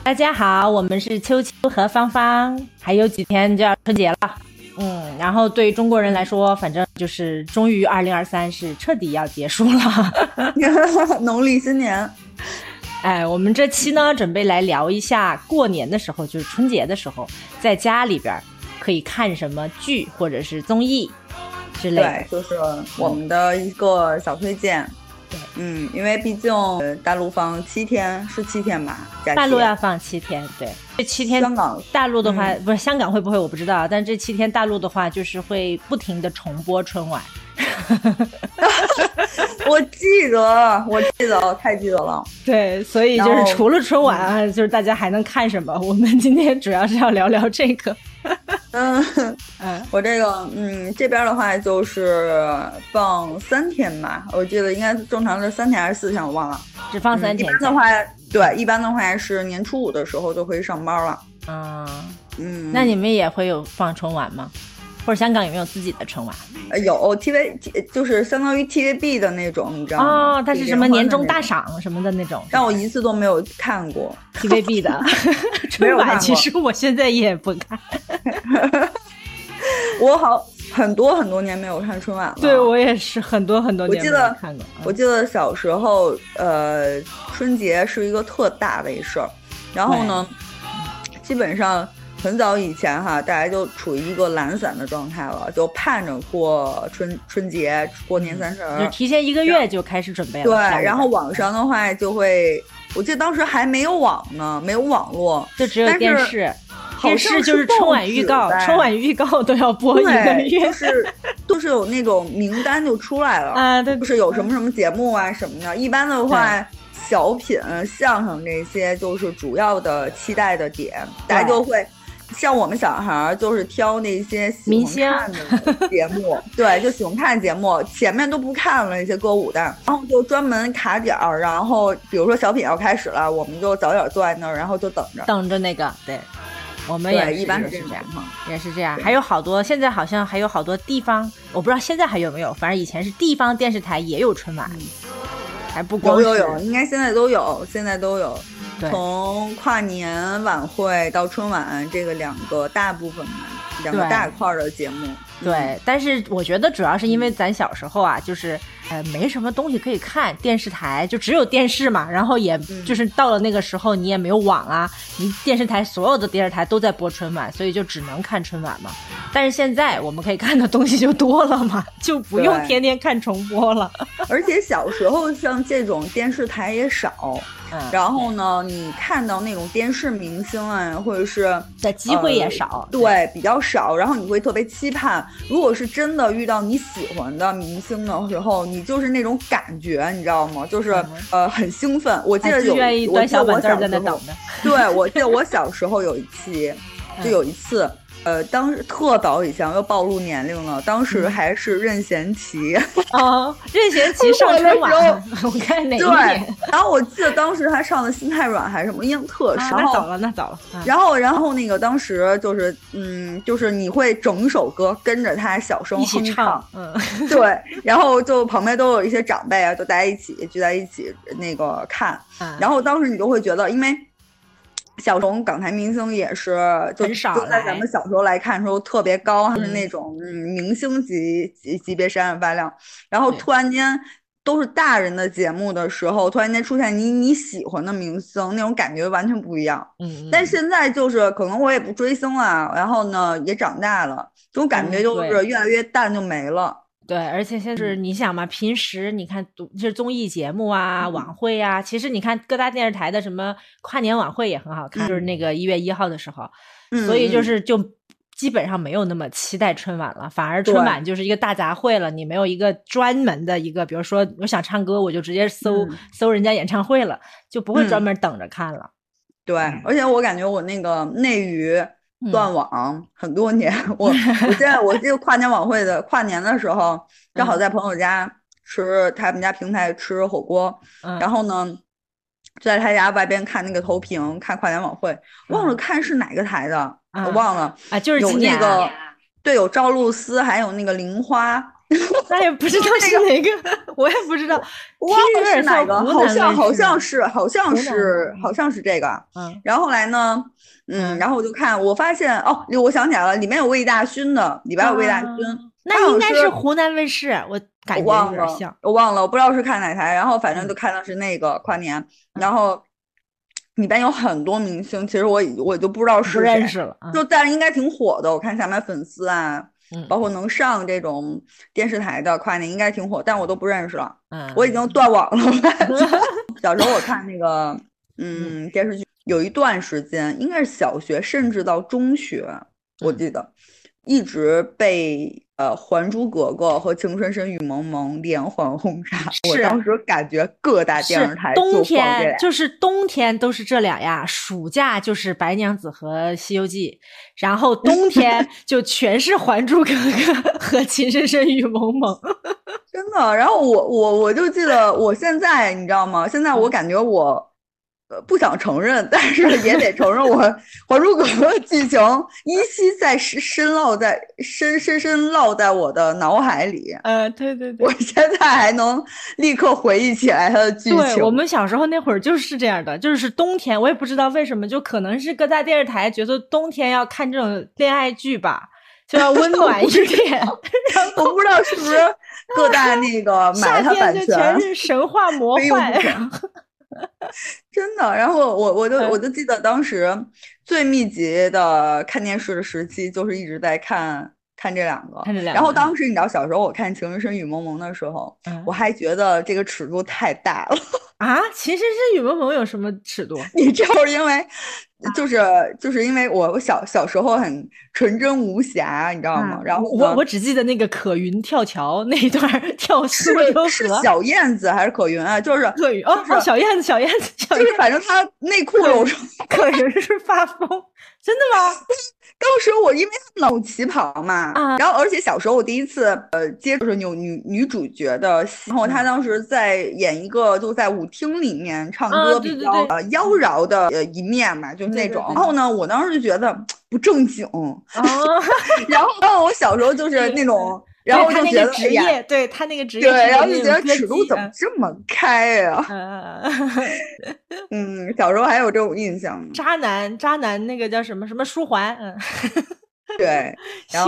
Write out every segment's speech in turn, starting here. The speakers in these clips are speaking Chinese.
大家好，我们是秋秋和芳芳，还有几天就要春节了。然后对中国人来说，反正就是终于2023是彻底要结束了。 农历新年。 哎，我们这期呢准备来聊一下过年的时候，就是春节的时候，在家里边可以看什么剧或者是综艺之类的。 对，就是我们的一个小推荐。因为毕竟大陆放7天，是7天吧？ 大陆要放7天，对，这7天。 香港大陆的话，不是香港会不会我不知道，但这7天大陆的话，就是会不停的重播春晚。 我记得，太记得了。 对，所以就是除了春晚，就是大家还能看什么？我们今天主要是要聊聊这个。 我这个这边的话就是放3天吧，我记得应该正常是3天还是4天，我忘了。 只放3天。 一般的话，对，一般的话是年初5的时候就回去上班了。 那你们也会有放春晚吗？或者香港有没有自己的春晚？ 有 TV， 就是相当于 TVB 的那种，你知道吗？ 它是什么年终大赏什么的那种， 但我一次都没有看过 TVB 的春晚。其实我现在也不看。 我很多年没有看春晚了。 对，我也是很多年没有看过。 我记得小时候，春节是一个特大的一事儿，然后呢，基本上。很早以前哈，大家就处于一个懒散的状态了，就盼着过春节、过年三十， 就提前1个月就开始准备了。 对，然后网上的话就会，我记得当时还没有网呢，没有网络， 就只有电视。电视就是春晚预告，春晚预告都要播1个月， 都是有那种名单就出来了啊，对， 就是有什么节目啊什么的。一般的话，小品、相声这些就是主要的期待的点，大家就会。像我们小孩就是挑那些喜欢看的节目，对，就喜欢看节目，前面都不看了那些歌舞的，然后就专门卡点儿，然后比如说小品要开始了，我们就早点坐在那儿，然后就等着那个。对，我们也一般是这样， 也是这样。还有好多，现在好像还有好多地方，我不知道现在还有没有，反正以前是地方电视台也有春晚，还不光有，应该现在都有。从跨年晚会到春晚，这个两个大部分两个大块的节目。 对，但是我觉得主要是因为咱小时候啊，就是没什么东西可以看，电视台就只有电视嘛，然后也就是到了那个时候你也没有网啊，你电视台所有的电视台都在播春晚，所以就只能看春晚嘛。但是现在我们可以看的东西就多了嘛，就不用天天看重播了。 而且小时候像这种电视台也少。然后呢，你看到那种电视明星啊，或者是的机会也少， 对，比较少。然后你会特别期盼，如果是真的遇到你喜欢的明星的时候，你就是那种感觉，你知道吗？就是很兴奋。我记得愿意端小板凳在那等着。 对，我记得我小时候有一次。当时特早以前又暴露年龄了，当时还是任贤齐任贤齐上春晚，我看哪一年？ 对，然后我记得当时他上的《心太软》还是什么，印象特深。 那早了。 然后那个当时就是就是你会整首歌跟着他小声哼唱，对，然后就旁边都有一些长辈啊，就大家一起聚在一起那个看，然后当时你就会觉得，因为。小时候港台明星也是就在咱们小时候来看的时候特别高，是那种明星级别闪闪发亮，然后突然间都是大人的节目的时候，突然间出现你喜欢的明星，那种感觉完全不一样。但现在就是可能我也不追星了，然后呢也长大了，这种感觉就是越来越淡就没了。 对，而且现在是你想嘛，平时你看就是综艺节目啊、晚会啊，其实你看各大电视台的什么跨年晚会也很好看，就是那个1月1号的时候，所以就基本上没有那么期待春晚了，反而春晚就是一个大杂烩了，你没有一个专门的一个，比如说我想唱歌，我就直接搜人家演唱会了，就不会专门等着看了。 对，而且我感觉我那个内娱。断网很多年，我记得跨年晚会的跨年的时候，正好在朋友家吃他们家平台吃火锅，然后呢就在他家外边看那个投屏，看跨年晚会，忘了看是哪个台的，我忘了啊，就是有那个对，有赵露思，还有那个玲花， 那也不知道是哪个，我也不知道， 忘了是哪个，好像是这个。然后后来呢，然后我就看，我发现我想起来了，里面有魏大勋的，里边有魏大勋， 那应该是湖南卫视，我感觉有点像， 我忘了，我不知道是看哪台，然后反正就看的是那个跨年，然后里边有很多明星，其实我就不知道是谁， 不认识了， 但是应该挺火的，我看下面粉丝啊。包括能上这种电视台的跨年应该挺火，但我都不认识了。我已经断网了。小时候我看那个电视剧，有一段时间应该是小学甚至到中学，我记得一直被还珠格格和情深深雨蒙蒙连环轰炸。我当时感觉各大电视台冬天就是冬天都是这俩呀，暑假就是白娘子和西游记，然后冬天就全是还珠格格和情深深雨蒙蒙。 真的，然后我就记得，我现在你知道吗？现在我感觉我不想承认，但是也得承认，我《还珠格格》剧情依稀在深烙在我的脑海里。 对， 我现在还能立刻回忆起来它的剧情。 对，我们小时候那会儿就是这样的，就是冬天，我也不知道为什么，就可能是各大电视台觉得冬天要看这种恋爱剧吧，就要温暖一点。 我不知道是不是各大那个买它版权， 夏天就全是神话魔幻。 真的，然后我就记得当时最密集的看电视的时期，就是一直在看这两个。然后当时你知道，小时候我看《情深深雨蒙蒙》的时候，我还觉得这个尺度太大了。 啊，情深深雨蒙蒙有什么尺度？ 你就是因为就是因为我小时候很纯真无瑕，你知道吗？然后我只记得那个可云跳桥那一段跳苏州河， 是小燕子还是可云啊？就是可云小燕子， 就是反正她内裤有什么？ 可云是发疯，真的吗？ 当时我因为他们有旗袍嘛，然后而且小时候我第一次接触有女主角的戏，然后她当时在演一个就在舞厅里面唱歌比较妖娆的一面嘛，就是那种。然后呢，我当时就觉得不正经，然后我小时候就是那种。然后就觉得职业，对他那个职业， 对，然后就觉得尺度怎么这么开呀？小时候还有这种印象。 渣男那个叫什么舒桓， 对，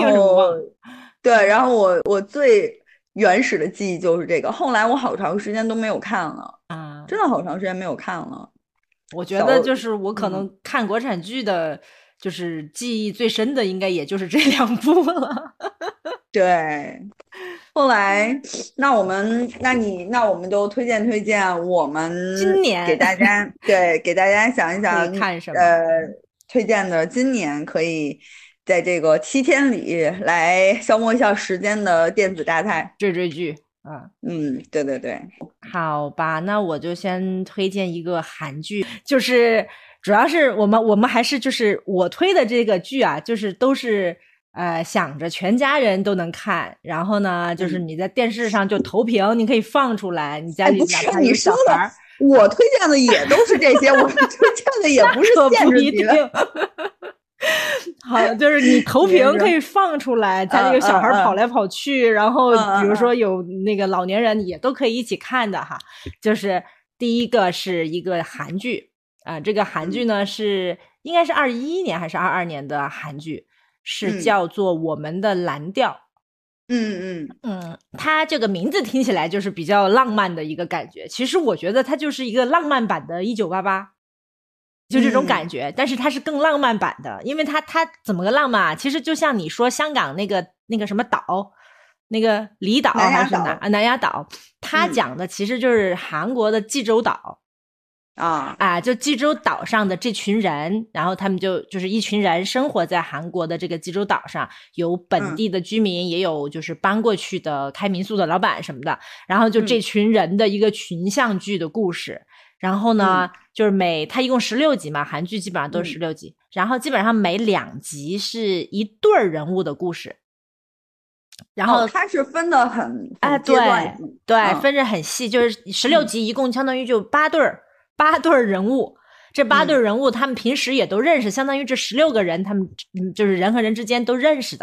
然后我最原始的记忆就是这个，后来我好长时间都没有看了真的好长时间没有看了。 我觉得就是我可能看国产剧的，就是记忆最深的，应该也就是这两部了。 对，后来那我们就推荐我们今年给大家想一想看什么推荐的今年可以在这个7天里来消磨一下时间的电子大菜追剧对， 好吧，那我就先推荐一个韩剧，就是主要是我们还是就是我推的这个剧啊，就是都是想着全家人都能看，然后呢，就是你在电视上就投屏，你可以放出来，你家里哪怕有小孩。 我推荐的也都是这些，我推荐的也不是限制级的。 好，就是你投屏可以放出来，家里有小孩跑来跑去，然后比如说有那个老年人也都可以一起看的哈。就是第一个是一个韩剧这个韩剧呢是应该是21年还是22年的韩剧。是叫做《我们的蓝调》。它这个名字听起来就是比较浪漫的一个感觉。其实我觉得它就是一个浪漫版的1988，就这种感觉。但是它是更浪漫版的，因为它怎么个浪漫啊？其实就像你说香港那个什么岛，那个离岛还是南丫岛，它讲的其实就是韩国的济州岛。就济州岛上的这群人，然后他们就是一群人生活在韩国的这个济州岛上，有本地的居民，也有就是搬过去的开民宿的老板什么的，然后就这群人的一个群像剧的故事。然后呢，就是它一共16集嘛，韩剧基本上都是16集，然后基本上每2集是一对人物的故事。然后它是分得很对，分着很细，就是16集一共相当于就8对人物，这8对人物他们平时也都认识，相当于这16个人他们就是人和人之间都认识的，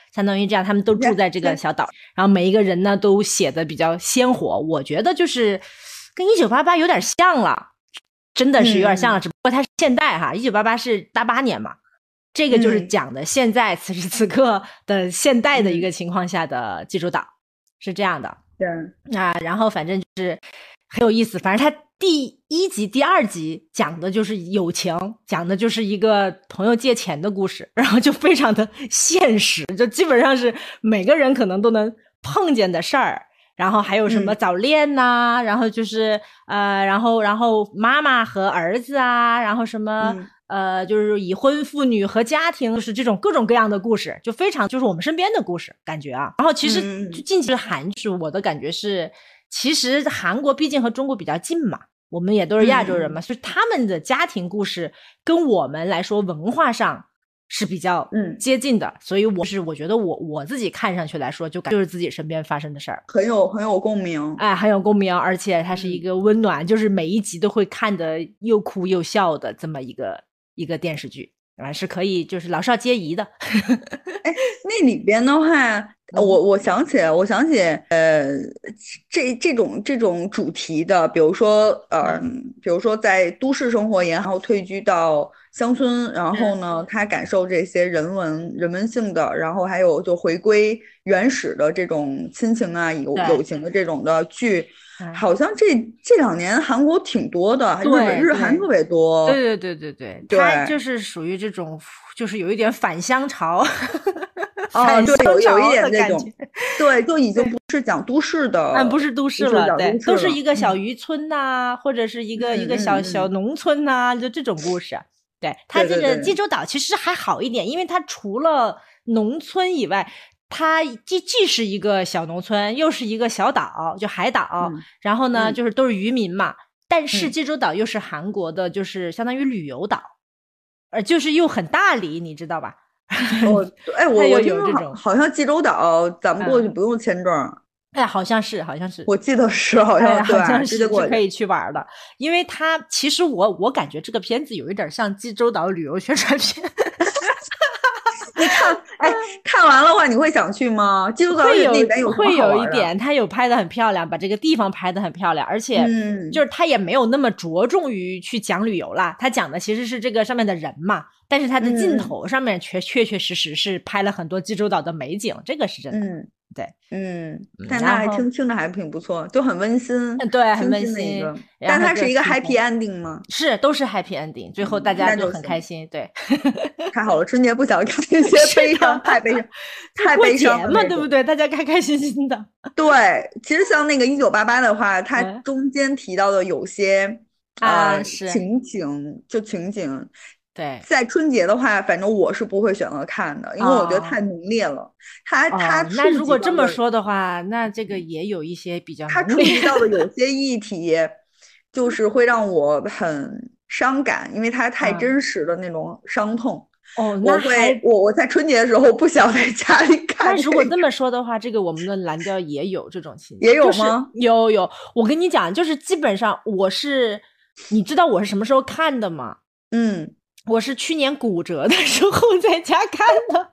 相当于这样，他们都住在这个小岛，然后每一个人呢都写的比较鲜活，我觉得就是跟1988有点像了，真的是有点像了，只不过它是现代哈，1988是88年嘛，这个就是讲的现在此时此刻的现代的一个情况下的济州岛，是这样的。 对啊，然后反正就是很有意思，反正他第1集、第2集讲的就是友情，讲的就是一个朋友借钱的故事，然后就非常的现实，就基本上是每个人可能都能碰见的事儿。然后还有什么早恋呐、然后就是然后妈妈和儿子啊，然后什么就是已婚妇女和家庭，就是这种各种各样的故事，就非常就是我们身边的故事感觉啊。然后其实近期的韩剧，我的感觉是，其实韩国毕竟和中国比较近嘛，我们也都是亚洲人嘛，所以他们的家庭故事跟我们来说文化上是比较接近的，所以我觉得我自己看上去来说，就是自己身边发生的事儿， 很有共鸣， 哎，很有共鸣，而且它是一个温暖，就是每一集都会看得又哭又笑的这么一个电视剧，是可以就是老少皆宜的。 哎，那里边的话，我想起这种主题的，比如说在都市生活也好，然后退居到乡村，然后呢，他感受这些人文性的，然后还有就回归原始的这种亲情啊、友情的这种的剧，好像这2年韩国挺多的，日韩特别多。 对，它就是属于这种，就是有一点反乡潮。 对，有一点那种，对，就已经不是讲都市的， 不是都市了，对，都是一个小渔村呐，或者是一个小农村呐，就这种故事。对，它这个济州岛其实还好一点，因为它除了农村以外，它既是一个小农村，又是一个小岛，就海岛，然后呢，就是都是渔民嘛。但是济州岛又是韩国的，就是相当于旅游岛，就是又很大理，你知道吧？ 我听说好像济州岛咱们过去不用签证。 哎，好像是， 我记得是，好像是可以去玩的，因为它其实我感觉这个片子有一点像济州岛旅游宣传片。 你看完了的话，你会想去吗？济州岛里边会有一点，它有拍的很漂亮，把这个地方拍的很漂亮，而且就是它也没有那么着重于去讲旅游啦，它讲的其实是这个上面的人嘛，但是它的镜头上面确实是拍了很多济州岛的美景，这个是真的。对， 但它还听着还挺不错，就很温馨， 对，很温馨。 但它是一个 happy ending 吗？ 是，都是 happy ending， 最后大家都很开心。对， 太好了，春节不想看一些悲伤，太悲伤嘛，对不对？大家开开心心的。 对，其实像那个1988的话，它中间提到的有些情景。 对， 在春节的话，反正我是不会选择看的，因为我觉得太浓烈了。它那如果这么说的话，那这个也有一些比较它触及到的有些议题，就是会让我很伤感，因为它太真实的那种伤痛。我在春节的时候不想在家里看。 那如果这么说的话，这个我们的蓝调也有这种情节， 也有吗？ 有。我跟你讲，就是基本上你知道我是什么时候看的吗？我是去年骨折的时候在家看的。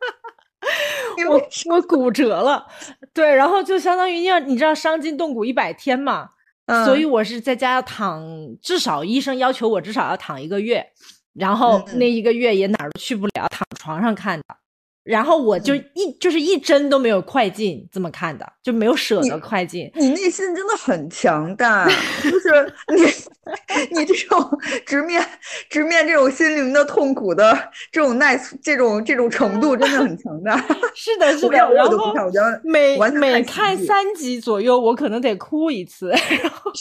我骨折了，对，然后就相当于你知道伤筋动骨100天嘛，所以我是在家至少医生要求我至少要躺1个月，然后那1个月也哪儿都去不了，躺床上看的。然后我就一针都没有快进，这么看的，就没有舍得快进。 你内心真的很强大，就是你这种直面这种心灵的痛苦的这种这种程度真的很强大。 是的。 然后我觉得每看3集左右，我可能得哭一次。然后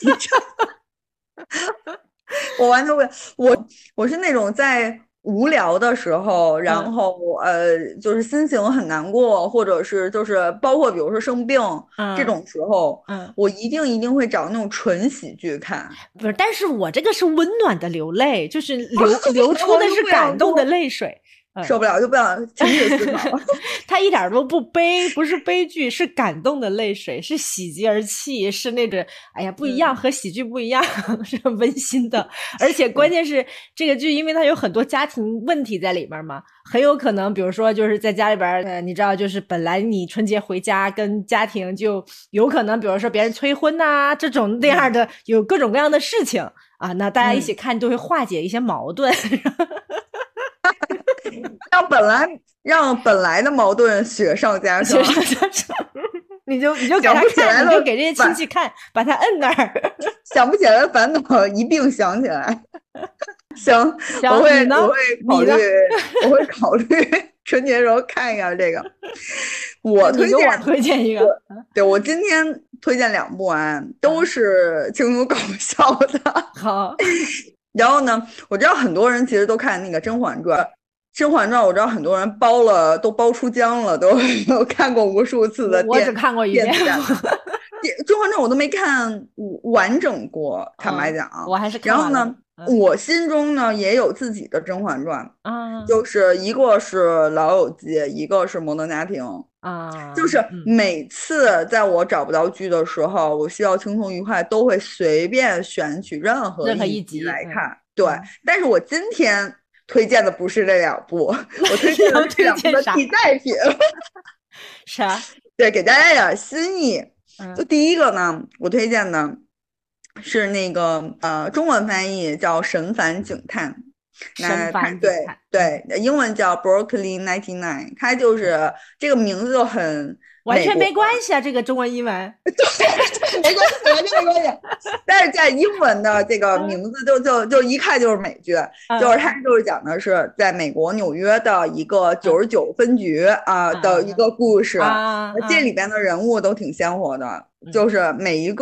我完全我是那种在无聊的时候，然后就是心情很难过，或者是就是包括比如说生病这种时候，我一定会找那种纯喜剧看。 不是，但是我这个是温暖的流泪，就是流出的是感动的泪水。 受不了就不想停止思考。 他一点都不悲，不是悲剧，是感动的泪水，是喜极而泣，是那种哎呀不一样，和喜剧不一样，是温馨的。而且关键是这个剧，因为它有很多家庭问题在里面嘛，很有可能比如说就是在家里边你知道就是本来你春节回家跟家庭就有可能比如说别人催婚呐，这种那样的有各种各样的事情啊，那大家一起看就会化解一些矛盾。 让本来的矛盾雪上加霜， 你就给他看，你就给这些亲戚看，把他摁那儿， 想不起来的烦恼一并想起来。行，我会考虑春节时候看一看这个。我推荐一个， 对，我今天推荐2部啊，都是轻松搞笑的。 好， 然后呢，我知道很多人其实都看那个《甄嬛传》。《甄嬛传》我知道很多人都包出浆了，都看过无数次的。 我只看过一遍。《 甄嬛传》我都没看完整过，坦白讲。 我还是看完了。然后呢，我心中呢也有自己的《甄嬛传》就是一个是《老友记》，一个是《摩登家庭》就是每次在我找不到剧的时候，我需要轻松愉快，都会随便选取任何一集来看。对，但是我今天推荐的不是这2部，我推荐的是2部的替代品。 啥？ 对，给大家一点新意。就第一个呢，我推荐的是那个中文翻译叫《神烦警探》。 神烦对，英文叫 Brooklyn 99，它就是这个名字就很完全没关系啊，这个中文英文对，没关系，完全没关系。但是在英文的这个名字就一看就是美剧，就是它就是讲的是在美国纽约的一个99分局的一个故事，这里边的人物都挺鲜活的，就是每一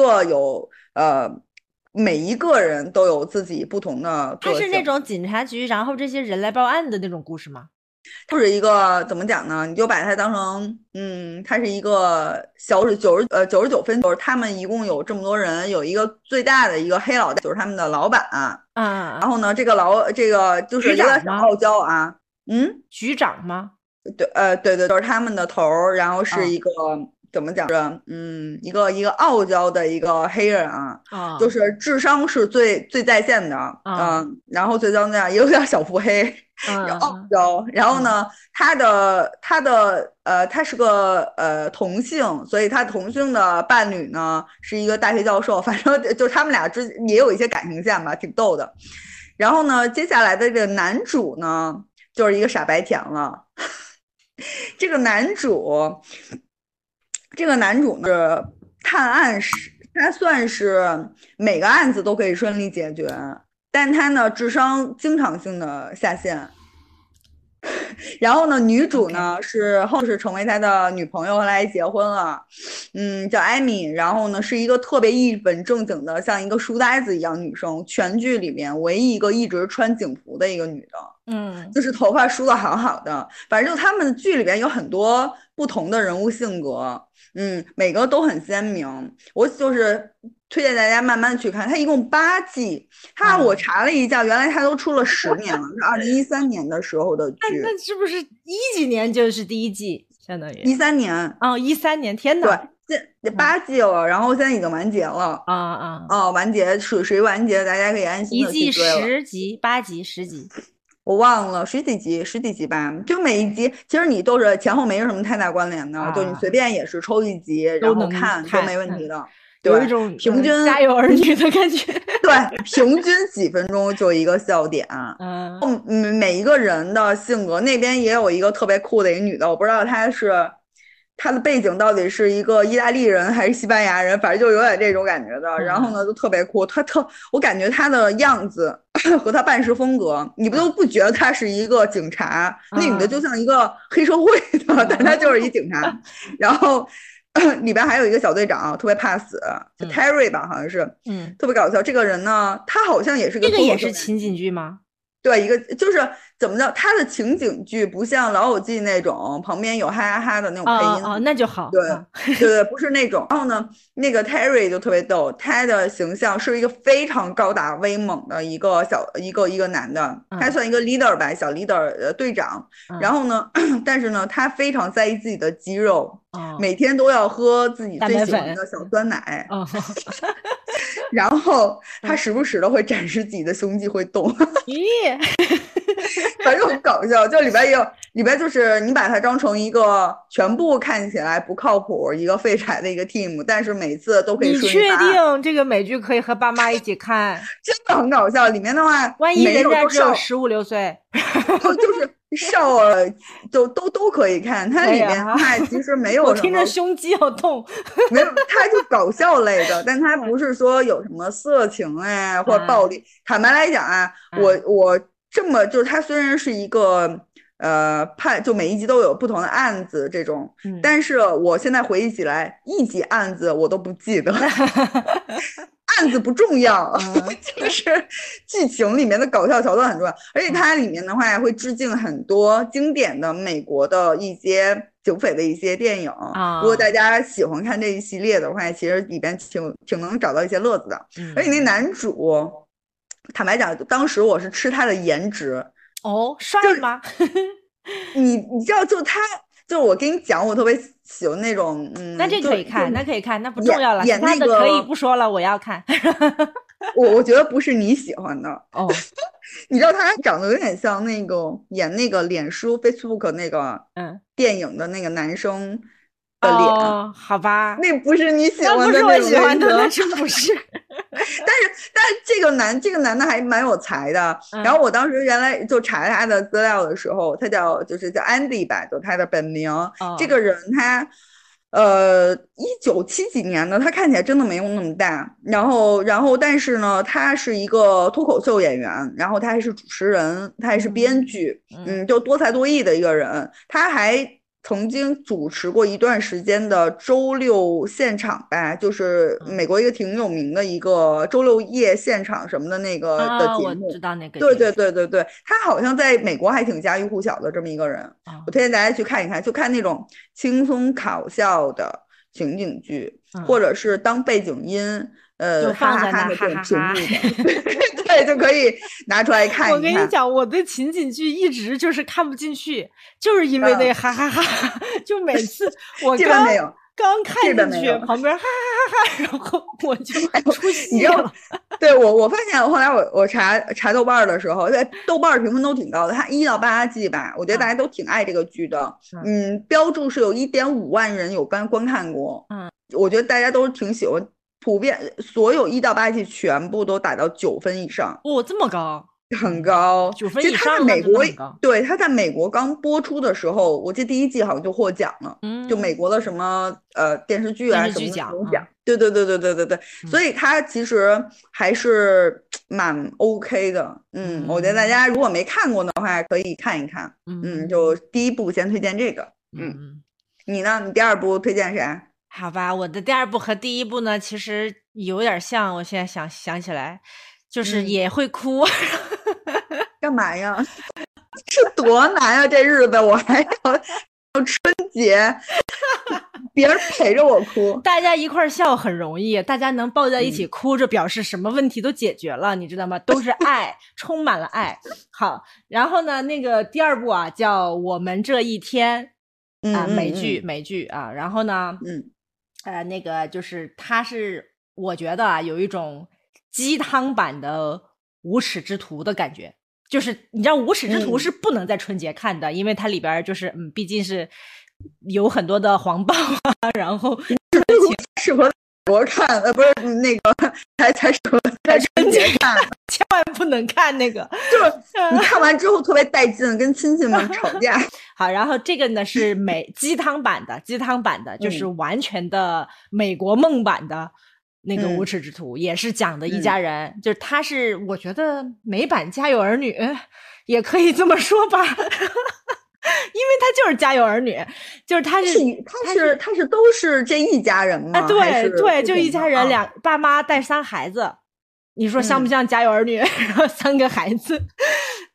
个人都有自己不同的个性。 它是那种警察局，然后这些人来报案的那种故事吗？ 就是一个怎么讲呢？你就把它当成，它是一个99分，就是他们一共有这么多人，有一个最大的一个黑老大，就是他们的老板然后呢，这个就是有点小傲娇啊， 局长吗？ 对，就是他们的头，然后是一个。怎么讲着？一个傲娇的一个黑人就是智商是最在线的然后最脏的也有点小腹黑，傲娇。然后呢，他是个同性，所以他同性的伴侣呢是一个大学教授，反正就是他们俩也有一些感情线吧，挺逗的。然后呢，接下来的这个男主呢就是一个傻白甜了。这个男主呢，探案师，他算是每个案子都可以顺利解决，但他呢智商经常性的下线。然后呢，女主呢是成为他的女朋友，后来结婚了，叫艾米。然后呢，是一个特别一本正经的，像一个书呆子一样女生，全剧里面唯一一个一直穿警服的一个女的，就是头发梳得好好的。反正就他们剧里边有很多不同的人物性格，每个都很鲜明。我就是推荐大家慢慢去看，它一共8季，我查了一下，原来它都出了10年了，是2013年的时候的剧。 那是不是10几年就是第1季，相当于 13年 ？13年，天哪！ 对，这8季了，然后现在已经完结了完结属于完结，大家可以安心的去追了。 1季10集、8集、10集。 我忘了十几集吧，就每一集其实你都是前后没有什么太大关联的，就你随便也是抽一集然后看都没问题的。 有一种平均家有儿女的感觉。 对，平均几分钟就一个笑点。每一个人的性格，那边也有一个特别酷的一个女的，我不知道她的背景到底是一个意大利人还是西班牙人，反正就有点这种感觉的。然后呢，就特别酷，我感觉她的样子和她办事风格，你不觉得她是一个警察？那女的就像一个黑社会的，但她就是一警察。然后里边还有一个小队长，特别怕死，就 Terry 吧，好像是，特别搞笑。这个人呢，他好像也是个， 这个也是情景剧吗？ 对，一个就是怎么着，它的情景剧不像《老友记》那种旁边有哈哈哈的那种配音， 那就好。 对对对，不是那种。然后呢，那个 Terry 就特别逗，他的形象是一个非常高大威猛的一个男的，他算一个 leader 吧，小 leader 队长。然后呢，但是呢，他非常在意自己的肌肉，每天都要喝自己最喜欢的小酸奶。然后他时不时的会展示自己的胸肌会动，反正很搞笑。就里边就是你把它当成一个全部看起来不靠谱一个废柴的一个 team， 但是每次都可以顺利。 你确定这个美剧可以和爸妈一起看？ 真的很搞笑。里面的话， 万一人家只有15、16岁， 就是少就都可以看。它里面的话其实没有什么， 我听着胸肌要动。 没有，它就搞笑类的，但它不是说有什么色情啊或者暴力。坦白来讲啊，我这么就是它虽然是一个判，就每一集都有不同的案子这种，但是我现在回忆起来，一集案子我都不记得。案子不重要，就是剧情里面的搞笑桥段很重要，而且它里面的话会致敬很多经典的美国的一些警匪的一些电影。如果大家喜欢看这一系列的话，其实里边挺能找到一些乐子的。而且那男主，坦白讲，当时我是吃他的颜值。 帅吗？ 你知道，就我跟你讲，我特别喜欢那种， 那这可以看，那可以看，那不重要了。 演那个可以不说了，我要看。 我觉得不是你喜欢的你知道他长得有点像那个演那个脸书 Facebook 那个电影的那个男生的脸。 好吧， 那不是你喜欢的， 那不是我喜欢的，那真不是。 但是这个男的还蛮有才的。然后我当时原来就查他的资料的时候，他叫 Andy 吧，就他的本名。这个人他1970几年的，他看起来真的没有那么大。然后但是呢，他是一个脱口秀演员，然后他还是主持人，他还是编剧，就多才多艺的一个人。他还曾经主持过一段时间的周六现场吧，就是美国一个挺有名的一个周六夜现场什么的那个的节目。 我知道那个。 对，他好像在美国还挺家喻户晓的这么一个人。我推荐大家去看一看，就看那种轻松搞笑的情景剧，或者是当背景音， 就放在那哈哈的。对，就可以拿出来看一看。 我跟你讲，我对情景剧一直就是看不进去，就是因为那个哈哈哈，就每次我刚看进去，旁边哈哈哈，然后我就出戏了。 对，我发现后来我查豆瓣的时候，在豆瓣评分都挺高的，它1到8季吧，我觉得大家都挺爱这个剧的。标注是有1.5万人有观看过。我觉得大家都挺喜欢。普遍所有1到8季全部都打到9分以上。 这么高， 很高 ，9分以上。 他在美国刚播出的时候，我记得第1季好像就获奖了。就美国的什么电视剧啊什么的奖。对，所以他其实还是蛮 OK 的。我觉得大家如果没看过的话，可以看一看。就第1部先推荐这个。你呢？你第2部推荐谁？ 好吧，我的第2部和第1部呢，其实有点像。我现在想起来，就是也会哭。 干嘛呀？这多难啊！这日子我还要春节，别人陪着我哭。 大家一块笑很容易，大家能抱在一起哭着，表示什么问题都解决了，你知道吗？都是爱，充满了爱。好，然后呢，那个第2部啊，叫《我们这一天》美剧啊。然后呢，那个就是它是我觉得啊，有一种鸡汤版的无耻之徒的感觉。就是你知道无耻之徒是不能在春节看的，因为它里边就是毕竟是有很多的黄暴啊，然后适合国看，不是那个才适合在春节看， 千万不能看那个， 就是你看完之后特别带劲，跟亲戚们吵架。 好，然后这个呢是鸡汤版的，就是完全的美国梦版的那个无耻之徒，也是讲的一家人，就是他是我觉得美版家有儿女也可以这么说吧。因为他就是家有儿女，就是他是都是这一家人吗？ 对，就一家人，爸妈带3孩子，你说像不像家有儿女？然后3个孩子，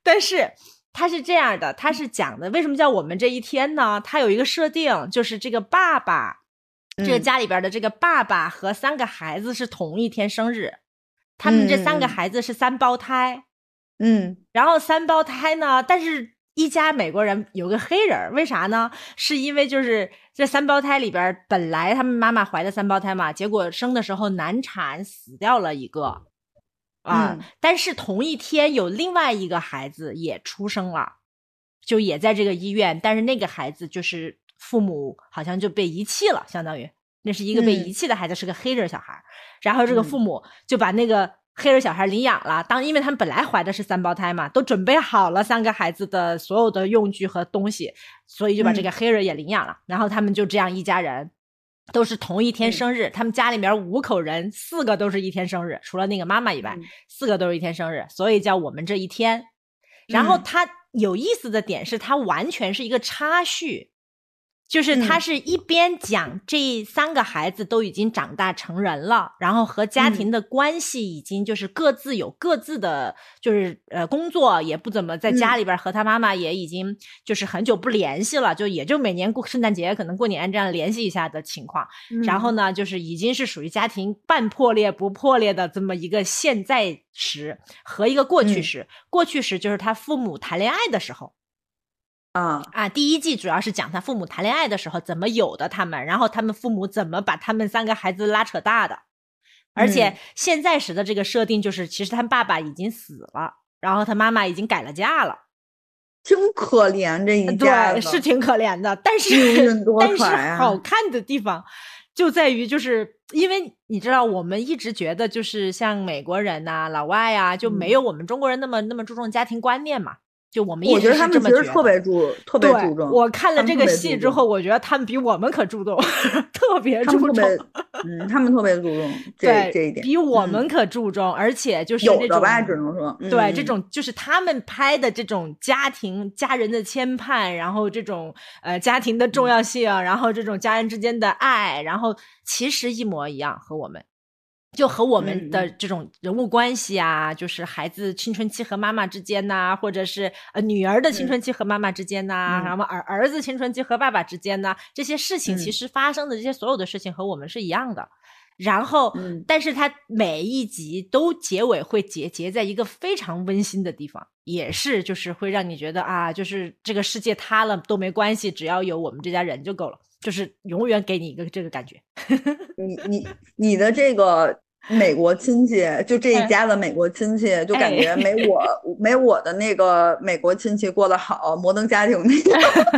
但是他是这样的，他是讲的为什么叫我们这一天呢？他有一个设定，就是这个爸爸，这个家里边的这个爸爸和3个孩子是同一天生日，他们这3个孩子是3胞胎，然后3胞胎呢，但是一家美国人有个黑人，为啥呢？是因为就是这3胞胎里边，本来他们妈妈怀的3胞胎嘛，结果生的时候难产死掉了一个。但是同一天有另外一个孩子也出生了，就也在这个医院，但是那个孩子就是父母好像就被遗弃了，相当于那是一个被遗弃的孩子，是个黑人小孩，然后这个父母就把那个黑人小孩领养了，因为他们本来怀的是3胞胎嘛，都准备好了3个孩子的所有的用具和东西，所以就把这个黑人也领养了，然后他们就这样一家人都是同一天生日，他们家里面5口人，4个都是一天生日，除了那个妈妈以外，4个都是一天生日，所以叫我们这一天。然后他有意思的点是，他完全是一个插叙，就是他是一边讲这3个孩子都已经长大成人了，然后和家庭的关系已经就是各自有各自的就是工作，也不怎么在家里边，和他妈妈也已经就是很久不联系了，就也就每年过圣诞节可能过年这样联系一下的情况，然后呢就是已经是属于家庭半破裂不破裂的这么一个现在时和一个过去时，过去时就是他父母谈恋爱的时候第一季主要是讲他父母谈恋爱的时候怎么有的他们，然后他们父母怎么把他们3个孩子拉扯大的，而且现在时的这个设定就是其实他爸爸已经死了，然后他妈妈已经改了嫁了， 挺可怜这一家子， 对，是挺可怜的，但是好看的地方就在于就是因为你知道我们一直觉得就是像美国人老外就没有我们中国人那么注重家庭观念嘛，就我们一直是这么觉得， 我觉得他们其实特别注重。 我看了这个戏之后，我觉得他们比我们可注重，特别注重。 他们特别注重这一点， 比我们可注重，而且就是有的吧，只能说对这种就是他们拍的这种家人的牵绊，然后这种家庭的重要性，然后这种家人之间的爱，然后其实一模一样，和我们的这种人物关系就是孩子青春期和妈妈之间或者是女儿的青春期和妈妈之间然后儿子青春期和爸爸之间这些事情其实发生的这些所有的事情和我们是一样的，然后但是它每一集都结尾会结在一个非常温馨的地方，也是就是会让你觉得就是这个世界塌了都没关系，只要有我们这家人就够了，就是永远给你一个这个感觉。 你的这个美国亲戚，就这一家的美国亲戚，就感觉没我的那个美国亲戚过得好。摩登家庭那个，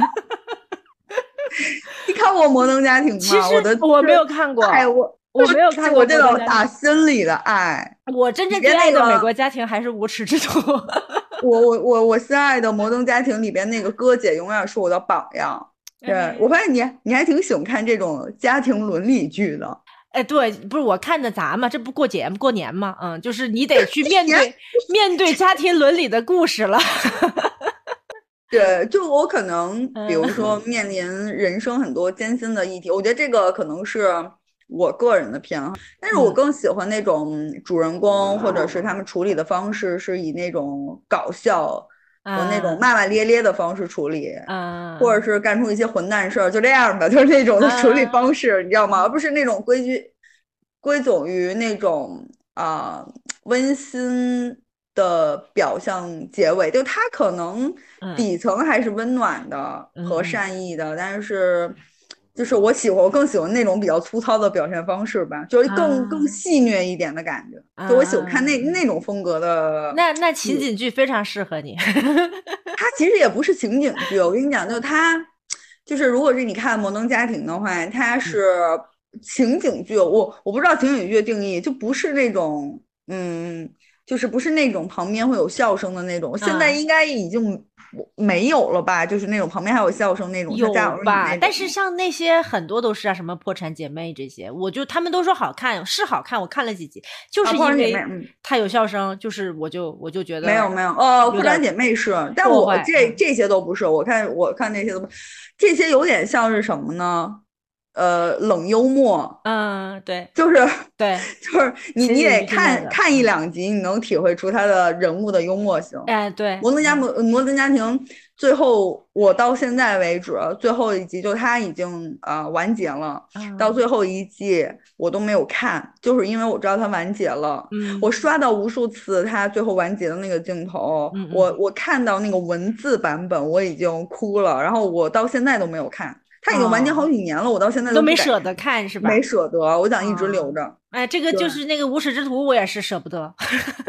你看过《摩登家庭》吗？ 其实我没有看过，我没有看过。 我这种打心里的爱， 我真正最爱的美国家庭还是无耻之徒。 我心爱的《摩登家庭》里边那个哥姐永远是我的榜样。对，我发现你还挺喜欢看这种家庭伦理剧的。 对，不是我看的杂嘛，这不过年嘛，就是你得去面对家庭伦理的故事了。 对，就我可能比如说面临人生很多艰辛的议题，我觉得这个可能是我个人的偏好，但是我更喜欢那种主人公或者是他们处理的方式是以那种搞笑和那种骂骂咧咧的方式处理，或者是干出一些混蛋事儿，就这样的，就是那种的处理方式，你知道吗？而不是那种归总于那种温馨的表象结尾，就他可能底层还是温暖的和善意的，但是就是我更喜欢那种比较粗糙的表现方式吧，就是更戏谑一点的感觉，就我喜欢看那种风格的。 那情景剧非常适合你。 它其实也不是情景剧，我跟你讲，就是如果是你看《摩登家庭》的话，它是情景剧，我不知道情景剧的定义，就不是那种就是不是那种旁边会有笑声的那种，现在应该已经没有了吧，就是那种旁边还有笑声那种。 有吧，但是像那些很多都是什么破产姐妹这些，他们都说好看，是好看，我看了几集，就是因为它有笑声，就是我就觉得没有破产姐妹是，但我这些都不是，我看那些都不，这些有点像是什么呢？ 冷幽默， 对， 就是对， 就是你得看一两集，你能体会出他的人物的幽默性。 对， 摩登家庭最后我到现在为止，最后一集就他已经完结了，到最后一季我都没有看，就是因为我知道他完结了。我刷到无数次他最后完结的那个镜头，我看到那个文字版本我已经哭了，然后我到现在都没有看。他已经完结好几年了，我到现在都没舍得看是吧？ 没舍得，我想一直留着。 这个就是那个无耻之徒，我也是舍不得。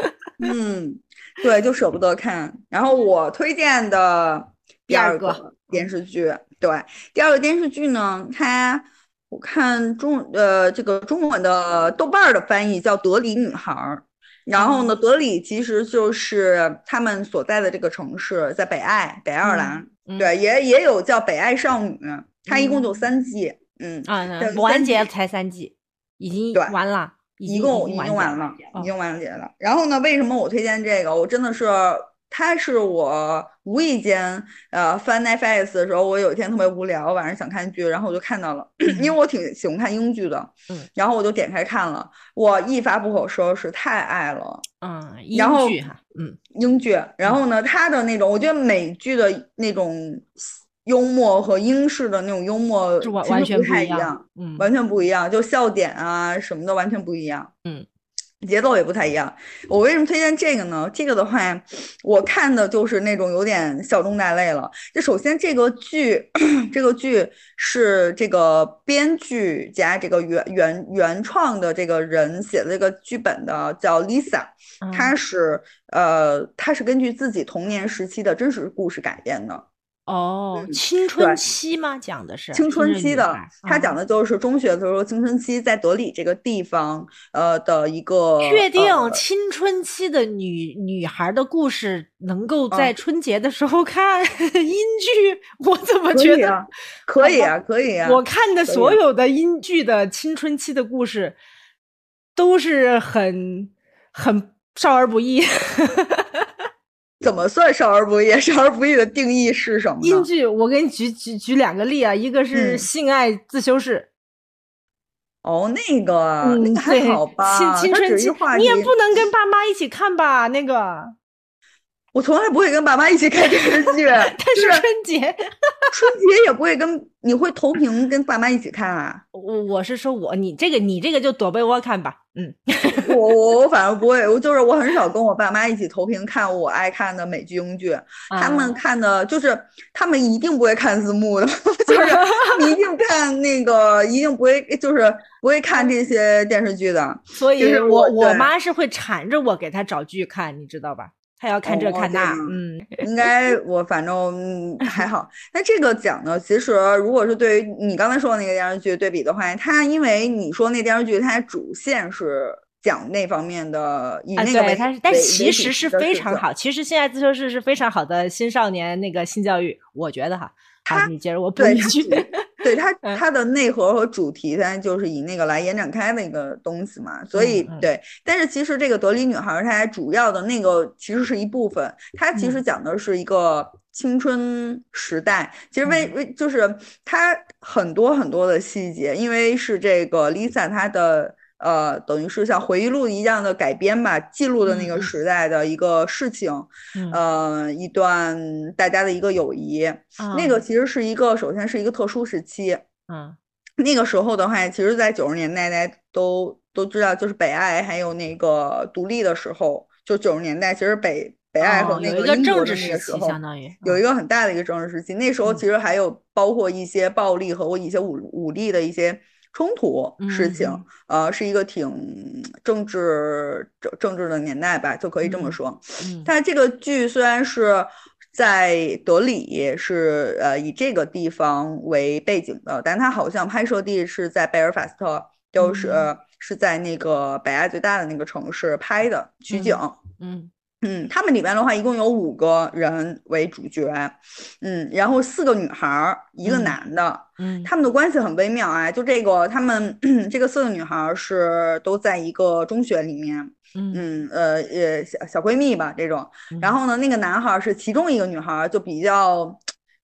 对，就舍不得看。然后我推荐的第二个电视剧，对，第二个电视剧呢，我看这个中文的豆瓣的翻译叫《德里女孩》。然后呢，德里其实就是他们所在的这个城市，在北爱尔兰，对，也有叫北爱少女。它一共就3季， 完结才3季，已经完了， 已经完结了。然后呢，为什么我推荐这个？我真的是，它是我无意间翻 Netflix 的时候，我有一天特别无聊，晚上想看剧，然后我就看到了，因为我挺喜欢看英剧的，然后我就点开看了，我一发不可收拾，太爱了， 英剧哈， 英剧。然后呢，它的那种，我觉得美剧的那种幽默和英式的那种幽默完全不太一样，完全不一样，就笑点啊什么的完全不一样，节奏也不太一样。我为什么推荐这个呢？这个的话，我看的就是那种有点笑中带泪了。就首先这个剧是这个编剧加这个原创的这个人写的这个剧本的，叫 Lisa，她是根据自己童年时期的真实故事改编的。 青春期吗？讲的是青春期的，他讲的就是中学的时候青春期在德里这个地方的一个。 确定青春期的女孩的故事能够在春节的时候看英剧？我怎么觉得可以啊？ 我看的所有的英剧的青春期的故事都是很少儿不宜。 怎么算少儿不宜？少儿不宜的定义是什么呢？ 英剧我给你举2个例啊，一个是性爱自修室。 那个还好吧， 青春期你也不能跟爸妈一起看吧？那个我从来不会跟爸妈一起看电视剧， 但是春节也不会你会投屏跟爸妈一起看啊？ 我是说你这个就躲被窝看吧。 我反正不会，我很少跟我爸妈一起投屏看我爱看的美剧英剧，他们看的就是他们一定不会看字幕的，就是他们一定看那个一定不会就是不会看这些电视剧的。 所以我妈是会缠着我给她找剧看，你知道吧？他要看这看那， 应该我反正还好。那这个讲呢，其实如果是对于你刚才说的那个电视剧对比的话，它因为你说那电视剧它主线是讲那方面的，以那个为但其实是非常好。其实现在自修室是非常好的青少年那个性教育，我觉得哈。你接着我补一句。 对它的内核和主题，它就是以那个来延展开的一个东西嘛，所以对。但是其实这个德里女孩，它主要的那个其实是一部分，它其实讲的是一个青春时代。其实就是它很多很多的细节，因为是这个 Lisa 她的。等于是像回忆录一样的改编吧，记录的那个时代的一个事情，一段大家的一个友谊。那个其实是首先是一个特殊时期。那个时候的话，其实在90年代大家都知道，就是北爱还有那个独立的时候，就90年代，其实北爱和那个英国的那个时候， 相当于有一个很大的一个政治时期。那时候其实还有包括一些暴力和一些武力的一些冲突事情，是一个挺政治的年代吧，就可以这么说。但这个剧虽然是在德里，是以这个地方为背景的，但它好像拍摄地是在贝尔法斯特，是在那个北爱最大的那个城市拍的取景。他们里边的话一共有5个人为主角，然后4个女孩，1个男的，他们的关系很微妙啊。就这个他们这个4个女孩是都在一个中学里面，小闺蜜吧这种。然后呢，那个男孩是其中一个女孩就比较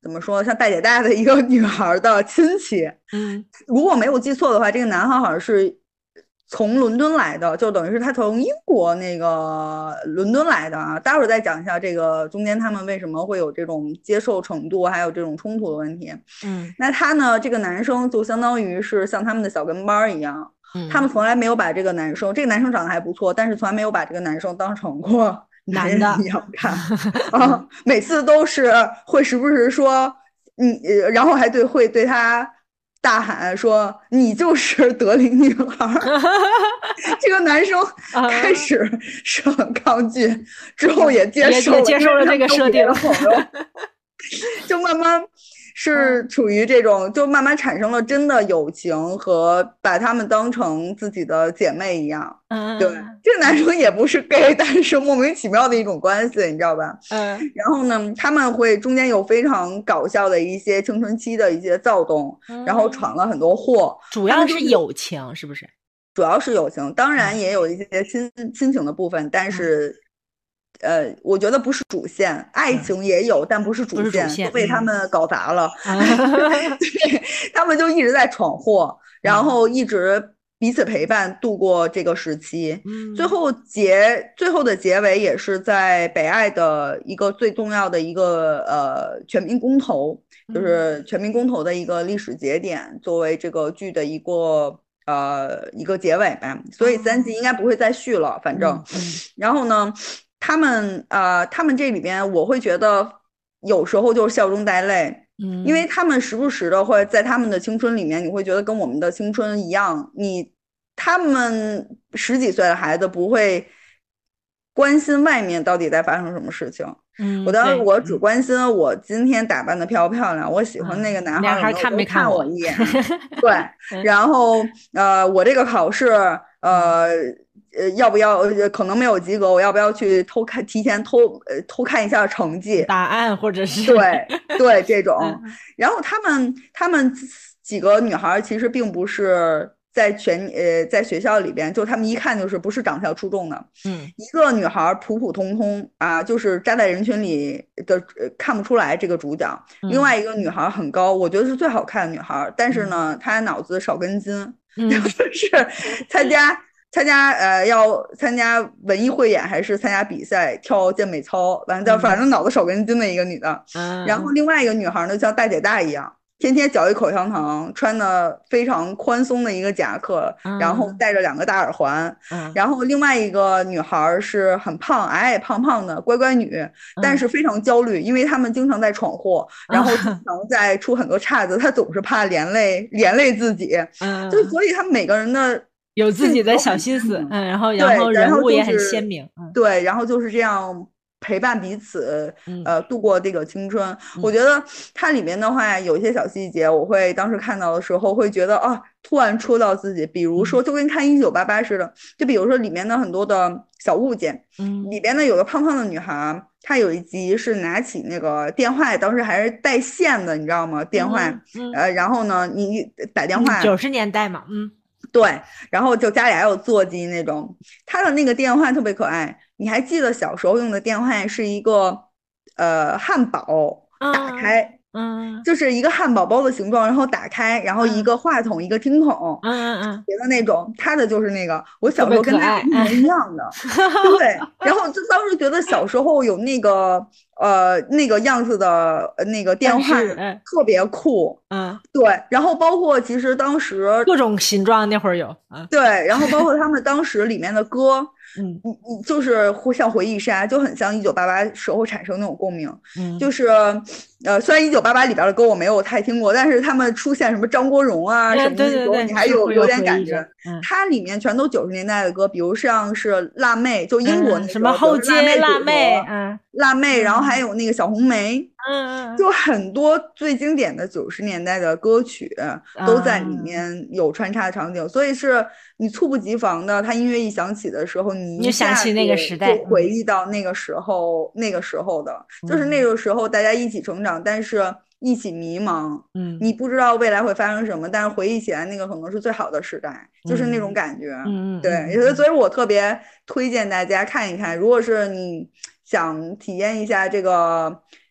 怎么说，像大姐大的一个女孩的亲戚。如果没有记错的话，这个男孩好像是从伦敦来的，就等于是他从英国那个伦敦来的啊。待会儿再讲一下这个中间他们为什么会有这种接受程度还有这种冲突的问题。那他呢，这个男生就相当于是像他们的小跟班一样，他们从来没有把这个男生长得还不错，但是从来没有把这个男生当成过男人一样看啊，每次都是会时不时说然后还会对他大喊说你就是德龄女孩。这个男生开始是很抗拒，之后也接受了这个设定， 就慢慢是处于这种，就慢慢产生了真的友情和把他们当成自己的姐妹一样。对，这个男生也不是 gay， 但是莫名其妙的一种关系，你知道吧？然后呢，他们会中间有非常搞笑的一些青春期的一些躁动，然后闯了很多祸。 主要是友情，是不是？ 主要是友情，当然也有一些亲情的部分，但是我觉得不是主线，爱情也有，但不是主线，都被他们搞砸了。对，他们就一直在闯祸，然后一直彼此陪伴度过这个时期。最后的结尾也是在北爱的一个最重要的一个全民公投，就是全民公投的一个历史节点，作为这个剧的一个结尾吧。所以3集应该不会再续了，反正。然后呢，他们这里边我会觉得有时候就是笑中带泪。因为他们时不时的会在他们的青春里面，你会觉得跟我们的青春一样，他们10几岁的孩子不会关心外面到底在发生什么事情。我只关心我今天打扮的漂不漂亮，我喜欢那个男孩看没看我一眼。对，然后我这个考试要不要可能没有及格，我要不要去提前偷看一下成绩答案，或者是对这种。然后他们几个女孩其实并不是在学校里边，就他们一看就是不是长相出众的。一个女孩普普通通啊，就是站在人群里的看不出来这个主角。另外一个女孩很高，我觉得是最好看的女孩，但是呢，她脑子少根筋，是参加要参加文艺汇演还是参加比赛跳健美操，反正脑子少根筋的一个女的。然后另外一个女孩呢，像大姐大一样，天天嚼一口香糖，穿的非常宽松的一个夹克，然后戴着2个大耳环。然后另外一个女孩是很胖，矮胖胖的乖乖女，但是非常焦虑，因为他们经常在闯祸，然后经常在出很多岔子，她总是怕连累自己。就所以他们每个人的有自己的小心思，然后人物也很鲜明。 对，然后就是这样陪伴彼此，度过这个青春。我觉得它里面的话有一些小细节，我会当时看到的时候会觉得突然戳到自己。比如说就跟看1988似的，就比如说里面的很多的小物件，里边呢有个胖胖的女孩，她有一集是拿起那个电话，当时还是带线的，你知道吗？电话，然后呢你打电话 ，90年代嘛， 对，然后就家里还有座机那种。他的那个电话特别可爱，你还记得小时候用的电话是一个汉堡打开，就是一个汉堡包的形状，然后打开，然后一个话筒一个听筒，别的那种。他的就是那个，我小时候跟他一模一样的。对，然后就当时觉得小时候有那个样子的那个电话特别酷。对，然后包括其实当时各种形状那会儿有。 对，然后包括他们当时里面的歌，你就是像回忆杀，就很像1988时候产生那种共鸣。就是虽然1988里边的歌我没有太听过，但是他们出现什么张国荣啊什么的时候，你还有点感觉。它里面全都90年代的歌，比如像是辣妹，就英国那什么后街辣妹，然后还有那个小红梅，就很多最经典的90年代的歌曲都在里面有穿插的场景，所以是你猝不及防的，它音乐一响起的时候，你就想起那个时代， 就回忆到那个时候的，就是那个时候大家一起成长，但是一起迷茫，你不知道未来会发生什么，但是回忆起来那个可能是最好的时代，就是那种感觉。对，所以我特别推荐大家看一看，如果是你想体验一下这个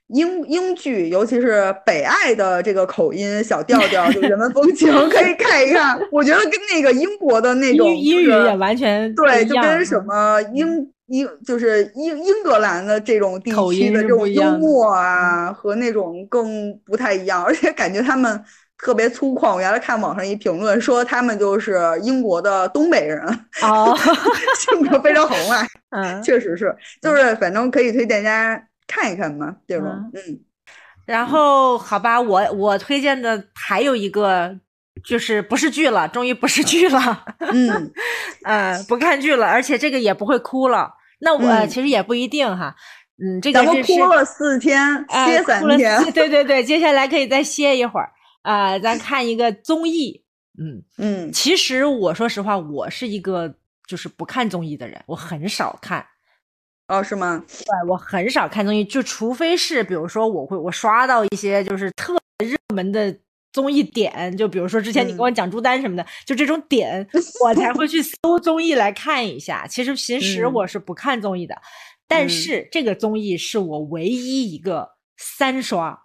英剧，尤其是北爱的这个口音小调调，就人文风情，可以看一看。我觉得跟那个英国的那种英语也完全对，就跟什么就是英格兰的这种地区的这种幽默啊，和那种更不太一样，而且感觉他们特别粗犷。我原来看网上一评论说他们就是英国的东北人，性格非常豪迈。确实是，就是反正可以推荐大家看一看嘛，这种然后好吧，我推荐的还有一个就是不是剧了，终于不是剧了。不看剧了，而且这个也不会哭了。那我其实也不一定哈。这个咱们哭了4天，歇3天。 对，接下来可以再歇一会儿。咱看一个综艺。其实我说实话，我是一个就是不看综艺的人，我很少看。 哦，是吗？ 对，我很少看综艺，就除非是比如说我刷到一些就是特别热门的综艺点，就比如说之前你跟我讲朱丹什么的，就这种点我才会去搜综艺来看一下。其实平时我是不看综艺的，但是这个综艺是我唯一一个3刷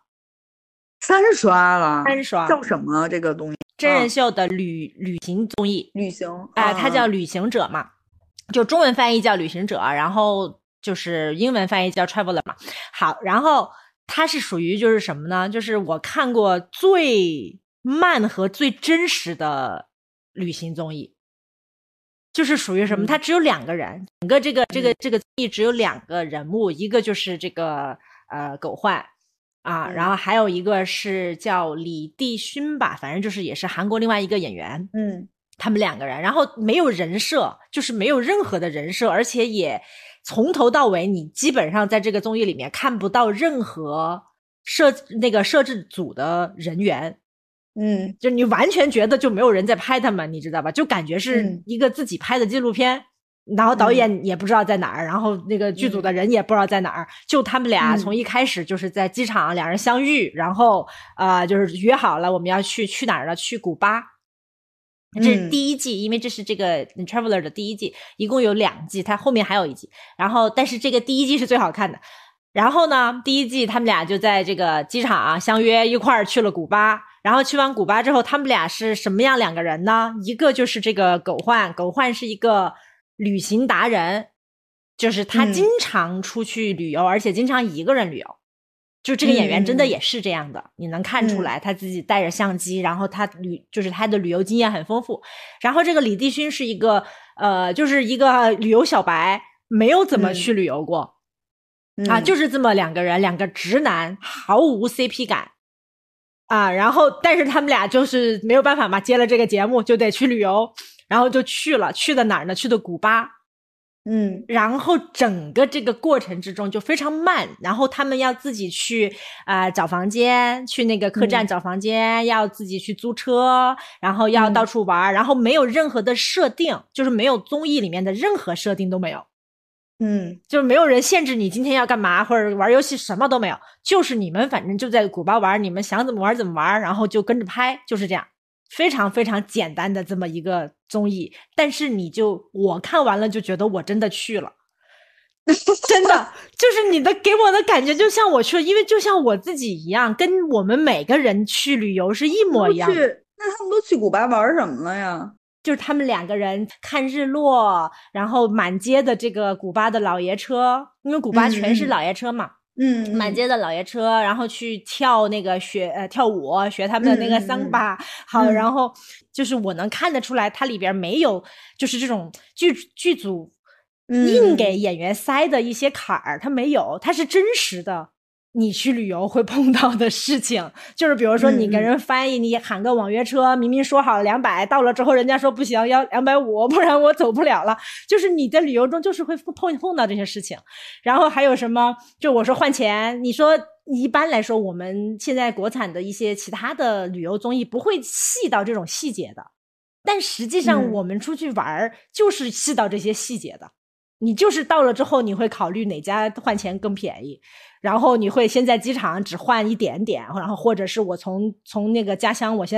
了。3刷叫什么这个东西？ 真人秀的旅行综艺。它叫旅行者嘛，就中文翻译叫旅行者，然后就是英文翻译叫 Traveler 嘛。好，然后它是属于就是什么呢？就是我看过最慢和最真实的旅行综艺。就是属于什么？它只有2个人，整个这个综艺只有2个人物，一个就是这个狗焕啊，然后还有一个是叫李帝勋吧，反正就是也是韩国另外一个演员。他们2个人，然后没有人设，就是没有任何的人设，而且也从头到尾你基本上在这个综艺里面看不到任何摄制组的人员。就你完全觉得就没有人在拍他们，你知道吧？就感觉是一个自己拍的纪录片，然后导演也不知道在哪儿，然后那个剧组的人也不知道在哪儿，就他们俩从一开始就是在机场2人相遇，然后就是约好了我们要去哪儿了？去古巴。这是第1季，因为这是这个 Traveler 的第1季，一共有2季，它后面还有1季。然后但是这个第1季是最好看的。然后呢，第1季他们俩就在这个机场相约一块儿去了古巴。然后去完古巴之后，他们俩是什么样2个人呢？一个就是这个狗焕是一个旅行达人，就是他经常出去旅游，而且经常一个人旅游。就这个演员真的也是这样的，你能看出来他自己带着相机，然后他的旅游经验很丰富。然后这个李帝勋是一个就是一个旅游小白，没有怎么去旅游过。就是这么2个人，2个直男，毫无 CP 感。然后但是他们俩就是没有办法嘛，接了这个节目就得去旅游，然后就去的哪儿呢？去的古巴。然后整个这个过程之中就非常慢，然后他们要自己去找房间，去那个客栈找房间，要自己去租车，然后要到处玩，然后没有任何的设定，就是没有综艺里面的任何设定都没有。就是没有人限制你今天要干嘛，或者玩游戏，什么都没有，就是你们反正就在古巴玩，你们想怎么玩怎么玩，然后就跟着拍，就是这样，非常非常简单的这么一个综艺。但是我看完了就觉得我真的去了，真的就是你的给我的感觉就像我去了，因为就像我自己一样，跟我们每个人去旅游是一模一样的。 那他们都去古巴玩什么了呀？ 就是他们2个人看日落，然后满街的这个古巴的老爷车，因为古巴全是老爷车嘛。满街的老爷车，然后去跳那个跳舞，学他们的那个桑巴。好，然后就是我能看得出来，它里边没有就是这种剧组硬给演员塞的一些坎儿，它没有，它是真实的。你去旅游会碰到的事情，就是比如说你跟人翻译，你喊个网约车，明明说好了200，到了之后人家说不行，要250，不然我走不了了。就是你在旅游中就是会碰到这些事情。然后还有什么，就我说换钱，你说一般来说我们现在国产的一些其他的旅游综艺不会细到这种细节的，但实际上我们出去玩就是细到这些细节的。你就是到了之后你会考虑哪家换钱更便宜，然后你会先在机场只换一点点，然后或者是我从那个家乡我先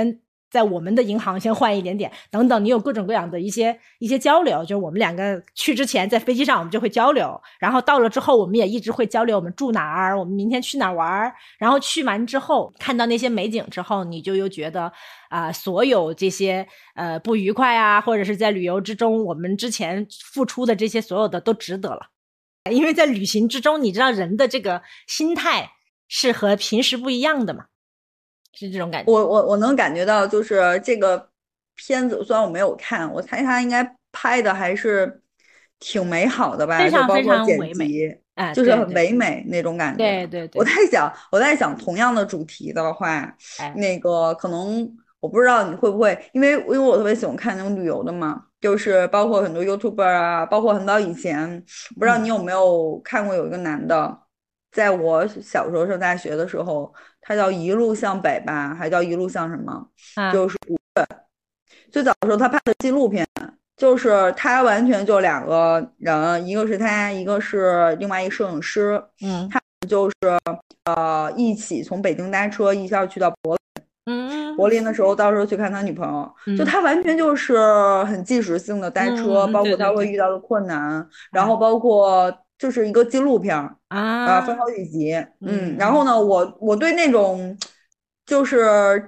在我们的银行先换一点点等等，你有各种各样的一些交流，就是我们两个去之前在飞机上我们就会交流，然后到了之后我们也一直会交流我们住哪儿，我们明天去哪儿玩，然后去完之后看到那些美景之后，你就又觉得所有这些不愉快啊，或者是在旅游之中我们之前付出的这些所有的都值得了。因为在旅行之中，你知道人的这个心态是和平时不一样的嘛，是这种感觉。 我能感觉到，就是这个片子虽然我没有看，我猜他应该拍的还是挺美好的吧， 非常非常唯美，就是很唯美那种感觉。对， 我在想同样的主题的话，那个可能我不知道你会不会，因为我特别喜欢看那种旅游的嘛，就是包括很多 YouTuber 啊，包括很早以前，不知道你有没有看过有一个男的，在我小时候上大学的时候，他叫一路向北吧，还叫一路向什么？就是最早的时候他拍的纪录片，就是他完全就2个人，一个是他，一个是另外一个摄影师，他就是一起从北京搭车一下去到柏林，柏林的时候到时候去看他女朋友，就他完全就是很即时性的搭车，包括他会遇到的困难，然后包括就是一个纪录片分好几集，然后呢，我对那种就是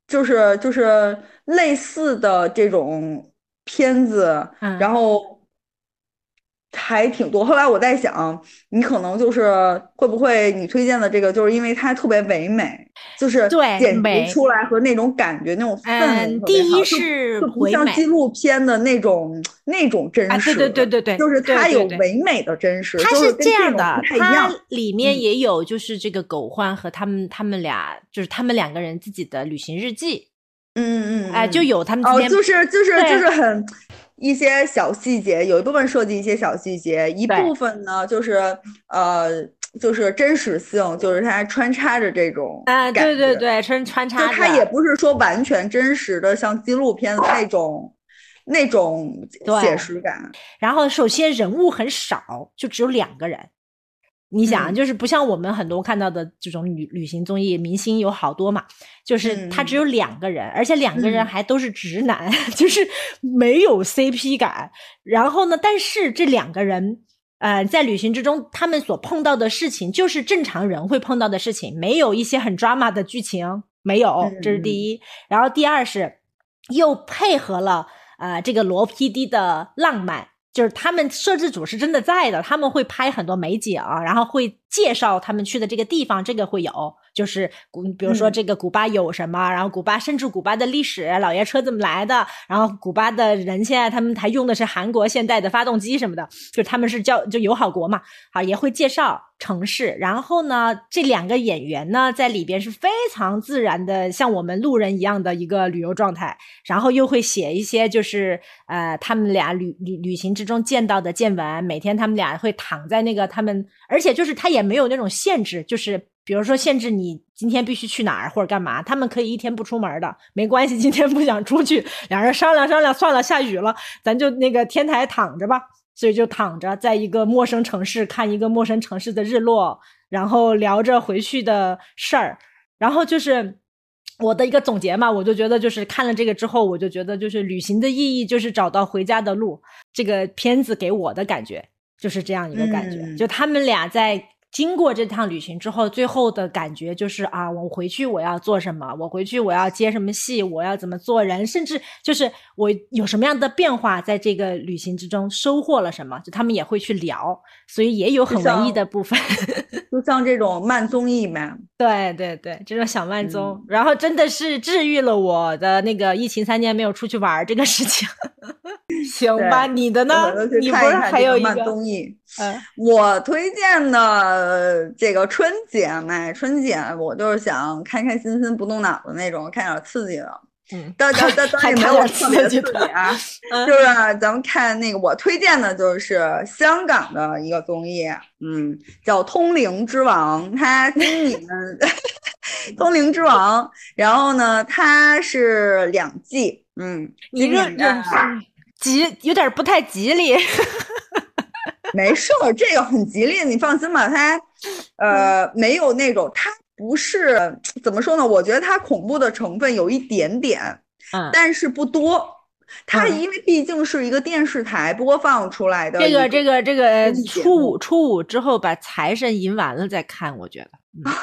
类似的这种片子，然后还挺多。后来我在想，你可能就是会不会你推荐的这个，就是因为它特别唯美，就是剪辑出来和那种感觉、那种氛围特别好。 第一是就不像纪录片的那种真实， 对， 就是它有唯美的真实。 它是这样的， 它里面也有就是这个狗焕和他们俩，就是他们2个人自己的旅行日记。就有他们之间就是很一些小细节，有一部分设计一些小细节，一部分呢就是就是真实性，就是它穿插着这种感觉对，穿插着， 就它也不是说完全真实的，像纪录片的那种写实感。 然后首先人物很少，就只有2个人。你想，就是不像我们很多看到的这种旅行综艺，明星有好多嘛，就是他只有2个人，而且2个人还都是直男，就是没有 CP 感。然后呢，但是这2个人在旅行之中他们所碰到的事情就是正常人会碰到的事情，没有一些很 drama 的剧情，没有，这是第一。然后第二是又配合了这个罗 PD 的浪漫，就是他们摄制组是真的在的，他们会拍很多美景，然后会介绍他们去的这个地方，这个会有，就是比如说这个古巴有什么，然后古巴甚至古巴的历史，老爷车怎么来的，然后古巴的人现在他们还用的是韩国现代的发动机什么的，就他们是就友好国嘛，好，也会介绍城市。然后呢，这2个演员呢在里边是非常自然的，像我们路人一样的一个旅游状态，然后又会写一些就是他们俩旅行之中见到的见闻，每天他们俩会躺在那个而且就是他也没有那种限制，就是比如说限制你今天必须去哪儿或者干嘛，他们可以一天不出门的，没关系，今天不想出去，2人商量算了，下雨了咱就那个天台躺着吧，所以就躺着在一个陌生城市看一个陌生城市的日落，然后聊着回去的事儿。然后就是我的一个总结嘛，我就觉得就是看了这个之后，我就觉得就是旅行的意义就是找到回家的路，这个片子给我的感觉就是这样一个感觉，就他们俩在经过这趟旅行之后，最后的感觉就是我回去我要做什么，我回去我要接什么戏，我要怎么做人，甚至就是我有什么样的变化，在这个旅行之中收获了什么，就他们也会去聊，所以也有很文艺的部分， 就像这种慢综艺嘛。 对，这种小慢综，然后真的是治愈了我的那个疫情3年没有出去玩这个事情。行吧，你的呢？你不是还有一个慢综艺？我推荐的这个春节嘛，春节我就是想开开心心不动脑的那种，看点刺激的。当然也没有特别刺激啊，就是咱们看那个我推荐的就是香港的一个综艺，叫《通灵之王》，它今年通灵之王，然后呢，它是2季， 你这有点不太吉利。 没事，这个很吉利，你放心吧，它没有那种，它不是怎么说呢？我觉得它恐怖的成分有一点点， 但是不多。它因为毕竟是一个电视台播放出来的， 这个初五之后把财神吟完了再看，我觉得。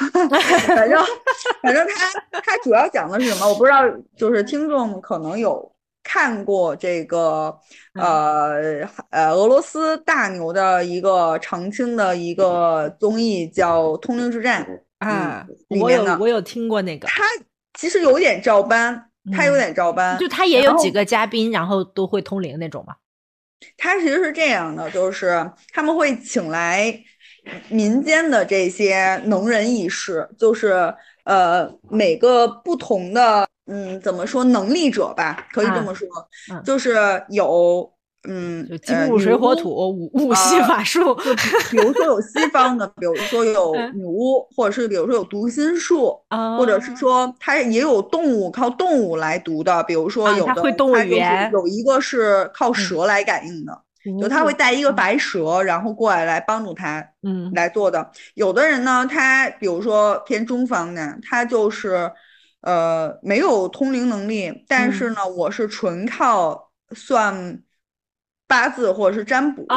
反正它主要讲的是什么，我不知道，就是听众可能有看过这个俄罗斯大牛的一个常青的一个综艺叫《通灵之战》 啊，我有听过那个。 它其实有点照搬， 就他也有几个嘉宾，然后都会通灵那种嘛。 他其实是这样的，就是他们会请来民间的这些能人异士，就是每个不同的怎么说能力者吧，可以这么说，就是有就金木水火土五系法术， 比如说有西方的，比如说有女巫，或者是比如说有读心术，或者是说它也有动物靠动物来读的，比如说有的它会动物语言， 有一个是靠蛇来感应的，就他会带一个白蛇，然后过来帮助他来做的。有的人呢，他比如说偏中方的，他就是没有通灵能力，但是呢，我是纯靠算八字或者是占卜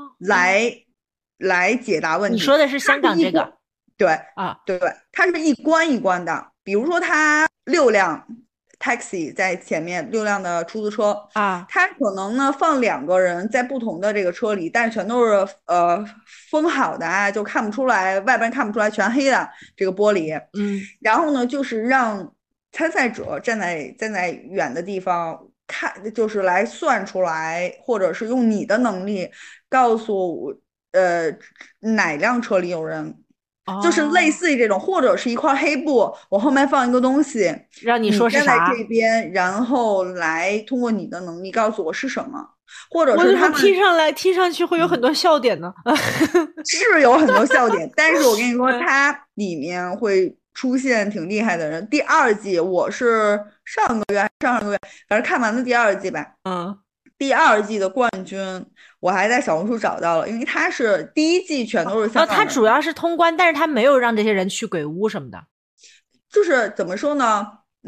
来解答问题。 你说的是香港这个？ 对啊，对，它是一关一关的。比如说，它6辆 taxi 在前面，6辆的出租车啊， 它可能呢放2个人在不同的这个车里，但是全都是封好的啊，就看不出来，外边看不出来，全黑的这个玻璃。然后呢，就是让参赛者站在远的地方看，就是来算出来，或者是用你的能力告诉哪辆车里有人，就是类似于这种，或者是一块黑布，我后面放一个东西， 让你说是啥， 站在这边，然后来通过你的能力告诉我是什么，或者是他们听上去会有很多笑点呢， 是有很多笑点，但是我跟你说，它里面会出现挺厉害的人。第2季我是上个月，反正看完了第2季吧。第2季的冠军我还在小红书找到了，因为他是第1季全都是香港人。 他主要是通关，但是他没有让这些人去鬼屋什么的。 就是怎么说呢？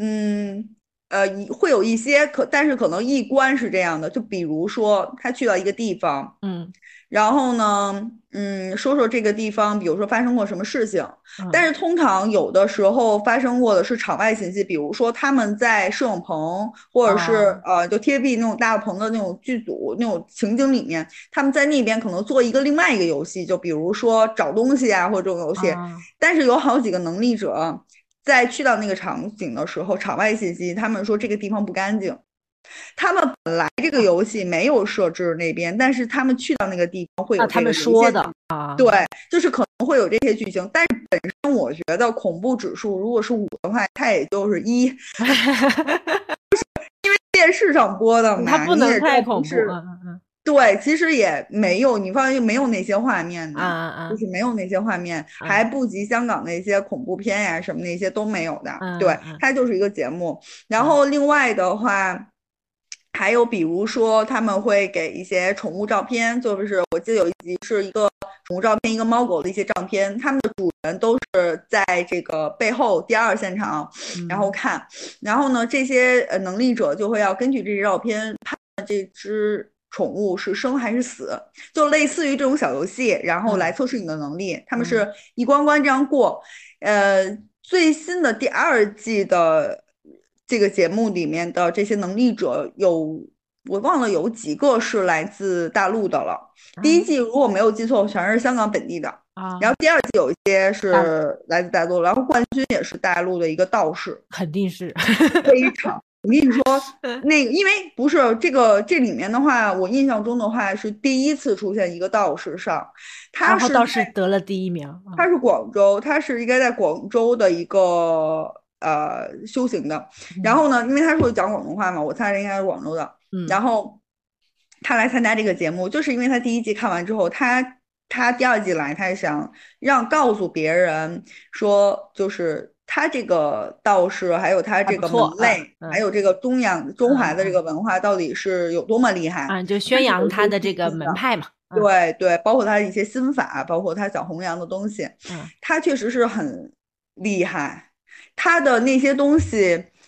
会有一些但是可能一关是这样的，就比如说他去到一个地方，然后呢，说说这个地方，比如说发生过什么事情，但是通常有的时候发生过的是场外信息，比如说他们在摄影棚，或者是就贴壁那种大棚的那种剧组那种情景里面，他们在那边可能做另外一个游戏，就比如说找东西啊或者这种游戏，但是有好几个能力者在去到那个场景的时候，场外信息他们说这个地方不干净。他们本来这个游戏没有设置那边，但是他们去到那个地方会有他们说的对，就是可能会有这些剧情，但是本身我觉得恐怖指数如果是5的话，它也就是1，因为电视上播的嘛， 它不能太恐怖。 对，其实也没有，你放心，没有那些画面的，就是没有那些画面，还不及香港那些恐怖片呀什么那些都没有的。对，它就是一个节目。然后另外的话，还有比如说他们会给一些宠物照片，就是我记得有一集是一个宠物照片，一个猫狗的一些照片，他们的主人都是在这个背后第2现场，然后看，然后呢，这些能力者就会要根据这些照片判断这只宠物是生还是死，就类似于这种小游戏，然后来测试你的能力。他们是一关关这样过。最新的第2季的这个节目里面的这些能力者我忘了有几个是来自大陆的了。第1季如果没有记错，全是香港本地的。然后第2季有一些是来自大陆，然后冠军也是大陆的一个道士， 肯定是非常。我跟你说，那个因为不是这里面的话，我印象中的话是第1次出现一个道士上， 然后道士得了第1名。 他是广州，他是应该在广州的一个修行的。然后呢，因为他是会讲广东话嘛，我猜应该是广州的。然后他来参加这个节目，就是因为他第1季看完之后，他第2季来，他是想告诉别人说，就是他这个道士，还有他这个门类，还有这个中华的这个文化到底是有多么厉害就宣扬他的这个门派嘛。 对对，包括他的一些心法，包括他想弘扬的东西，他确实是很厉害。他的那些东西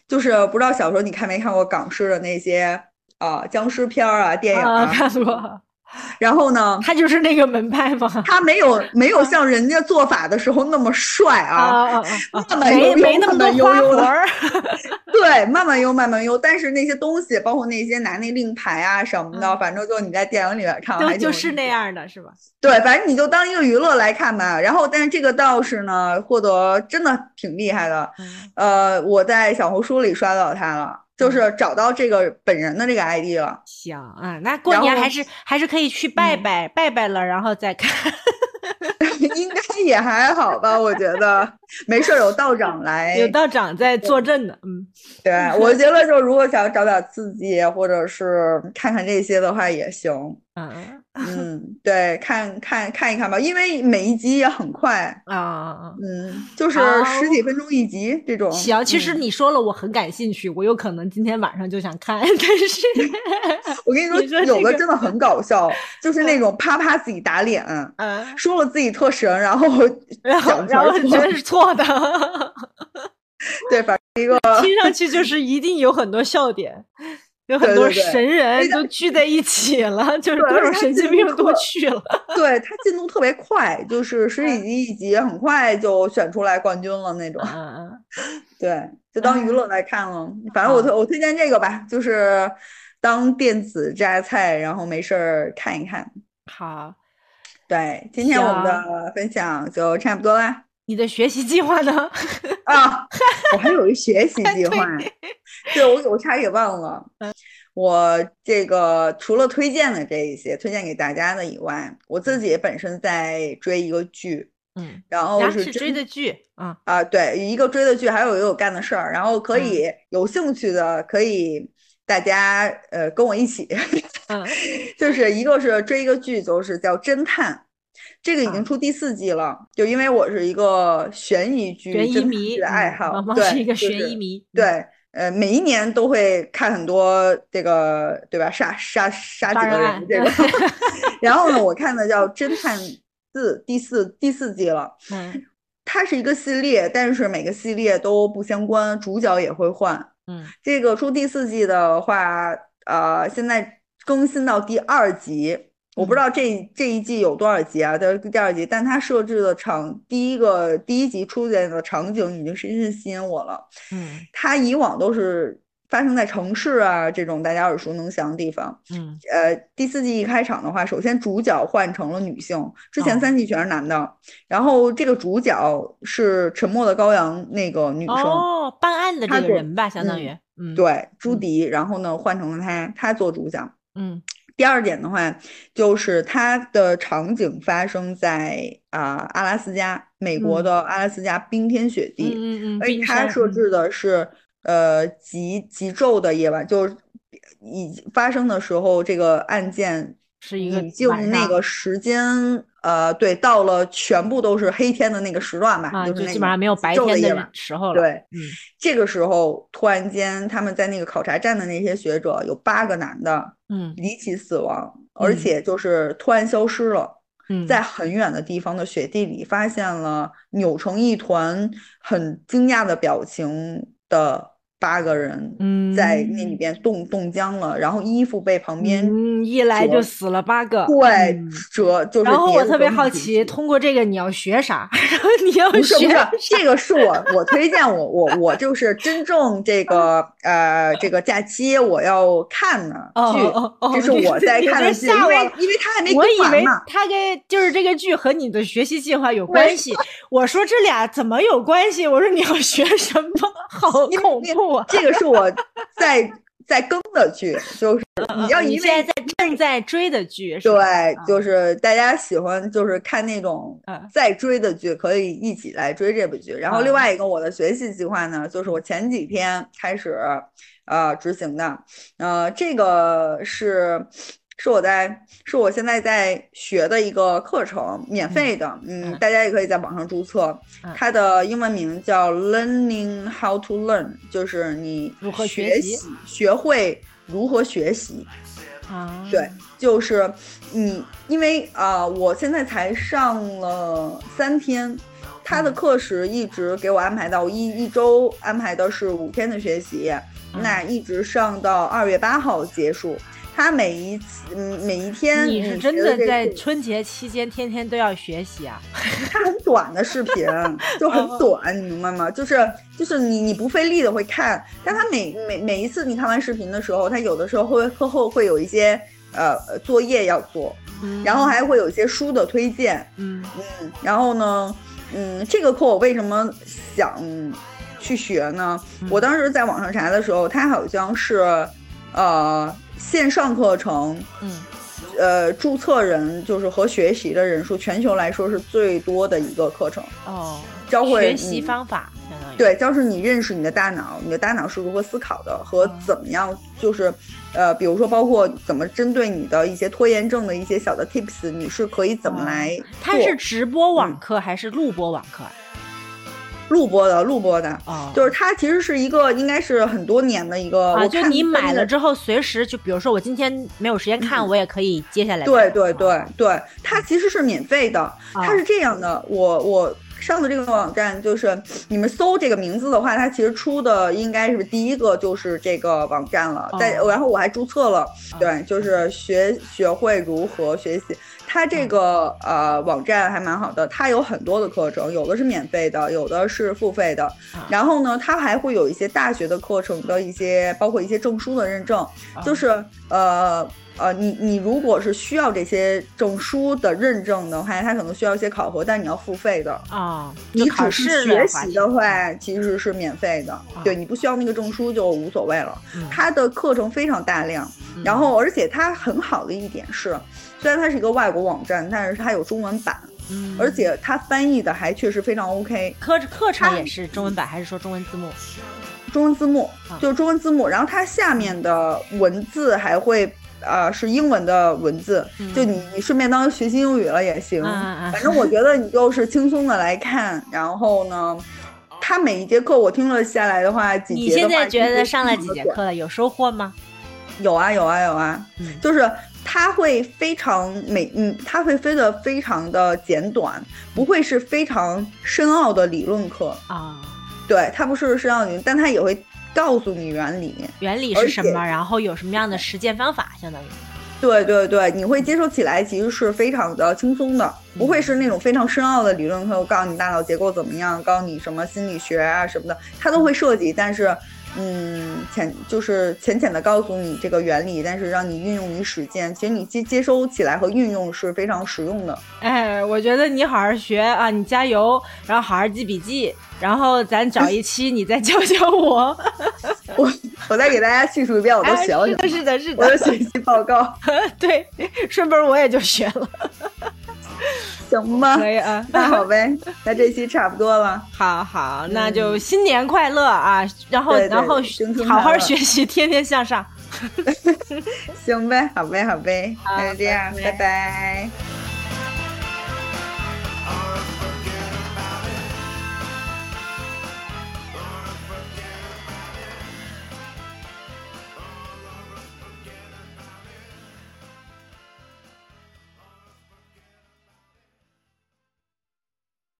就是不知道小时候你看没看过港式的那些僵尸片啊电影啊？ 看过。 然后呢， 他就是那个门派吗？ 他没有像人家做法的时候那么帅啊，慢慢悠悠， 没那么多花活儿。 对，慢慢悠。但是那些东西，包括那些拿那令牌啊什么的，反正就你在电影里面看，还就是那样的，是吧？ 对，反正你就当一个娱乐来看吧。然后，但是这个道士呢，获得真的挺厉害的。我在小红书里刷到他了。就是找到这个本人的这个 ID 了。 行，那过年还是可以去拜拜了，然后再看。 应该也还好吧，我觉得没事，有道长来， 有道长在坐镇的。 对，我觉得就如果想找点刺激，或者是看看这些的话也行。对，看一看吧，因为每一集也很快就是10几分钟一集这种。 行，其实你说了我很感兴趣，我有可能今天晚上就想看，但是我跟你说，有的真的很搞笑，就是那种啪自己打脸，说了自己特神，然后真是错的。 对，反正一个听上去就是一定有很多笑点。有很多神人都聚在一起了，就是各种神经病都去了。 对，他进度特别快，就是10几集一集，很快就选出来冠军了那种。对，就当娱乐来看了。反正我推荐这个吧，就是当电子榨菜，然后没事看一看。 好， 对，今天我们的分享就差不多啦。 你的学习计划呢？ 我还有一学习计划。对，我差点给忘了。我这个除了推荐的这一些推荐给大家的以外，我自己本身在追一个剧。然后是追的剧。 对，一个追的剧，还有一个干的事儿。然后可以有兴趣的，可以大家跟我一起。就是一个是追一个剧，就是叫侦探。这个已经出第4季了，就因为我是一个悬疑剧迷的爱好， 对，是一个悬疑迷。 对，每一年都会看很多这个，对吧？杀几个人这个。然后呢，我看的叫《侦探4》第四季了。它是一个系列，但是每个系列都不相关，主角也会换。这个出第4季的话，现在更新到第2集。我不知道这一季有多少集啊？这是第2集，但它设置的第一集出现的场景已经深深吸引我了。它以往都是发生在城市啊这种大家耳熟能详的地方。第4季一开场的话，首先主角换成了女性，之前3季全是男的。然后这个主角是《沉默的羔羊》那个女生， 办案的这个人吧，相当于。 对，朱迪。然后呢，换成了他做主角。第2点的话，就是它的场景发生在阿拉斯加，美国的阿拉斯加冰天雪地。而且它设置的是极昼的夜晚，就是发生的时候，这个案件是一个已经那个时间对，到了全部都是黑天的那个时段吧，就是基本上没有白天的时候了。 对，这个时候突然间他们在那个考察站的那些学者有8个男的离奇死亡，而且就是突然消失了。在很远的地方的雪地里发现了扭成一团很惊讶的表情的8个人，在那里边冻僵了，然后衣服被旁边一来就死了8个。 对，就是然后我特别好奇，通过这个你要学啥？然后你要学啥？这个是我推荐我就是真正这个这个假期我要看的剧，这是我在看的剧，因为他还没更完嘛。 我以为他就是这个剧和你的学习计划有关系。我说这俩怎么有关系？我说你要学什么？好恐怖啊！ 这个是我在更的剧，就是你现在正在追的剧。 对，就是大家喜欢就是看那种在追的剧，可以一起来追这部剧。然后另外一个我的学习计划呢，就是我前几天开始执行的。这个是我现在在学的一个课程，免费的。大家也可以在网上注册。它的英文名叫 Learning How to Learn， 就是你如何学习， 学会如何学习。对，就是你因为我现在才上了3天。 他的课时一直给我安排到一周安排的是5天的学习，那一直上到2月8号结束。他每一天， 你是真的在春节期间天天都要学习啊？ 它很短的视频，就很短，你明白吗？就是你不费力的会看，但他每一次你看完视频的时候，他有的时候课后会有一些作业要做，然后还会有一些书的推荐，然后呢，这个课我为什么想去学呢？我当时在网上查的时候，它好像是线上课程，注册人就是和学习的人数，全球来说是最多的一个课程。教会学习方法，相当于对，教是你认识你的大脑，你的大脑是如何思考的，和怎么样，就是比如说包括怎么针对你的一些拖延症的一些小的 tips， 你是可以怎么来做。 它是直播网课还是录播网课？ 录播的，就是它其实是一个应该是很多年的一个， 就你买了之后随时就比如说我今天没有时间看，我也可以接下来。 对，它其实是免费的，它是这样的，我上的这个网站就是你们搜这个名字的话，它其实出的应该是第一个就是这个网站了，然后我还注册了，对，就是学会如何学习。它这个网站还蛮好的，它有很多的课程，有的是免费的，有的是付费的。然后呢，它还会有一些大学的课程的一些，包括一些证书的认证，就是你如果是需要这些证书的认证的话，它可能需要一些考核，但你要付费的你只是学习的话，其实是免费的。对，你不需要那个证书就无所谓了。它的课程非常大量，然后而且它很好的一点是，虽然它是一个外国网站，但是它有中文版，而且它翻译的还确实非常 OK。 课程也是中文版，还是说中文字幕？ 中文字幕，就是中文字幕。然后它下面的文字还会是英文的文字，就你顺便当学习英语了也行。反正我觉得你就是轻松的来看，然后呢，它每一节课我听了下来的话，几节的话， 你现在觉得上了几节课了，有收获吗？ 有啊，就是它会非常它会飞得非常的简短，不会是非常深奥的理论课对，它不是深奥理论，但它也会告诉你原理是什么，然后有什么样的实践方法，相当于对，你会接受起来其实是非常的轻松的，不会是那种非常深奥的理论课，告诉你大脑结构怎么样，告诉你什么心理学啊什么的，它都会涉及，但是浅浅的告诉你这个原理，但是让你运用你实践，其实你接收起来和运用是非常实用的。 我觉得你好好学啊，你加油，然后好好记笔记，然后咱找一期你再教教我。 我再给大家叙述一遍我都学了是的我的学习报告。 对，顺便我也就学了。 行吧， 可以啊， 那好呗，那这期差不多了。 好，那就新年快乐啊！然后好好学习，天天向上。 行呗，好呗，那就这样，拜拜。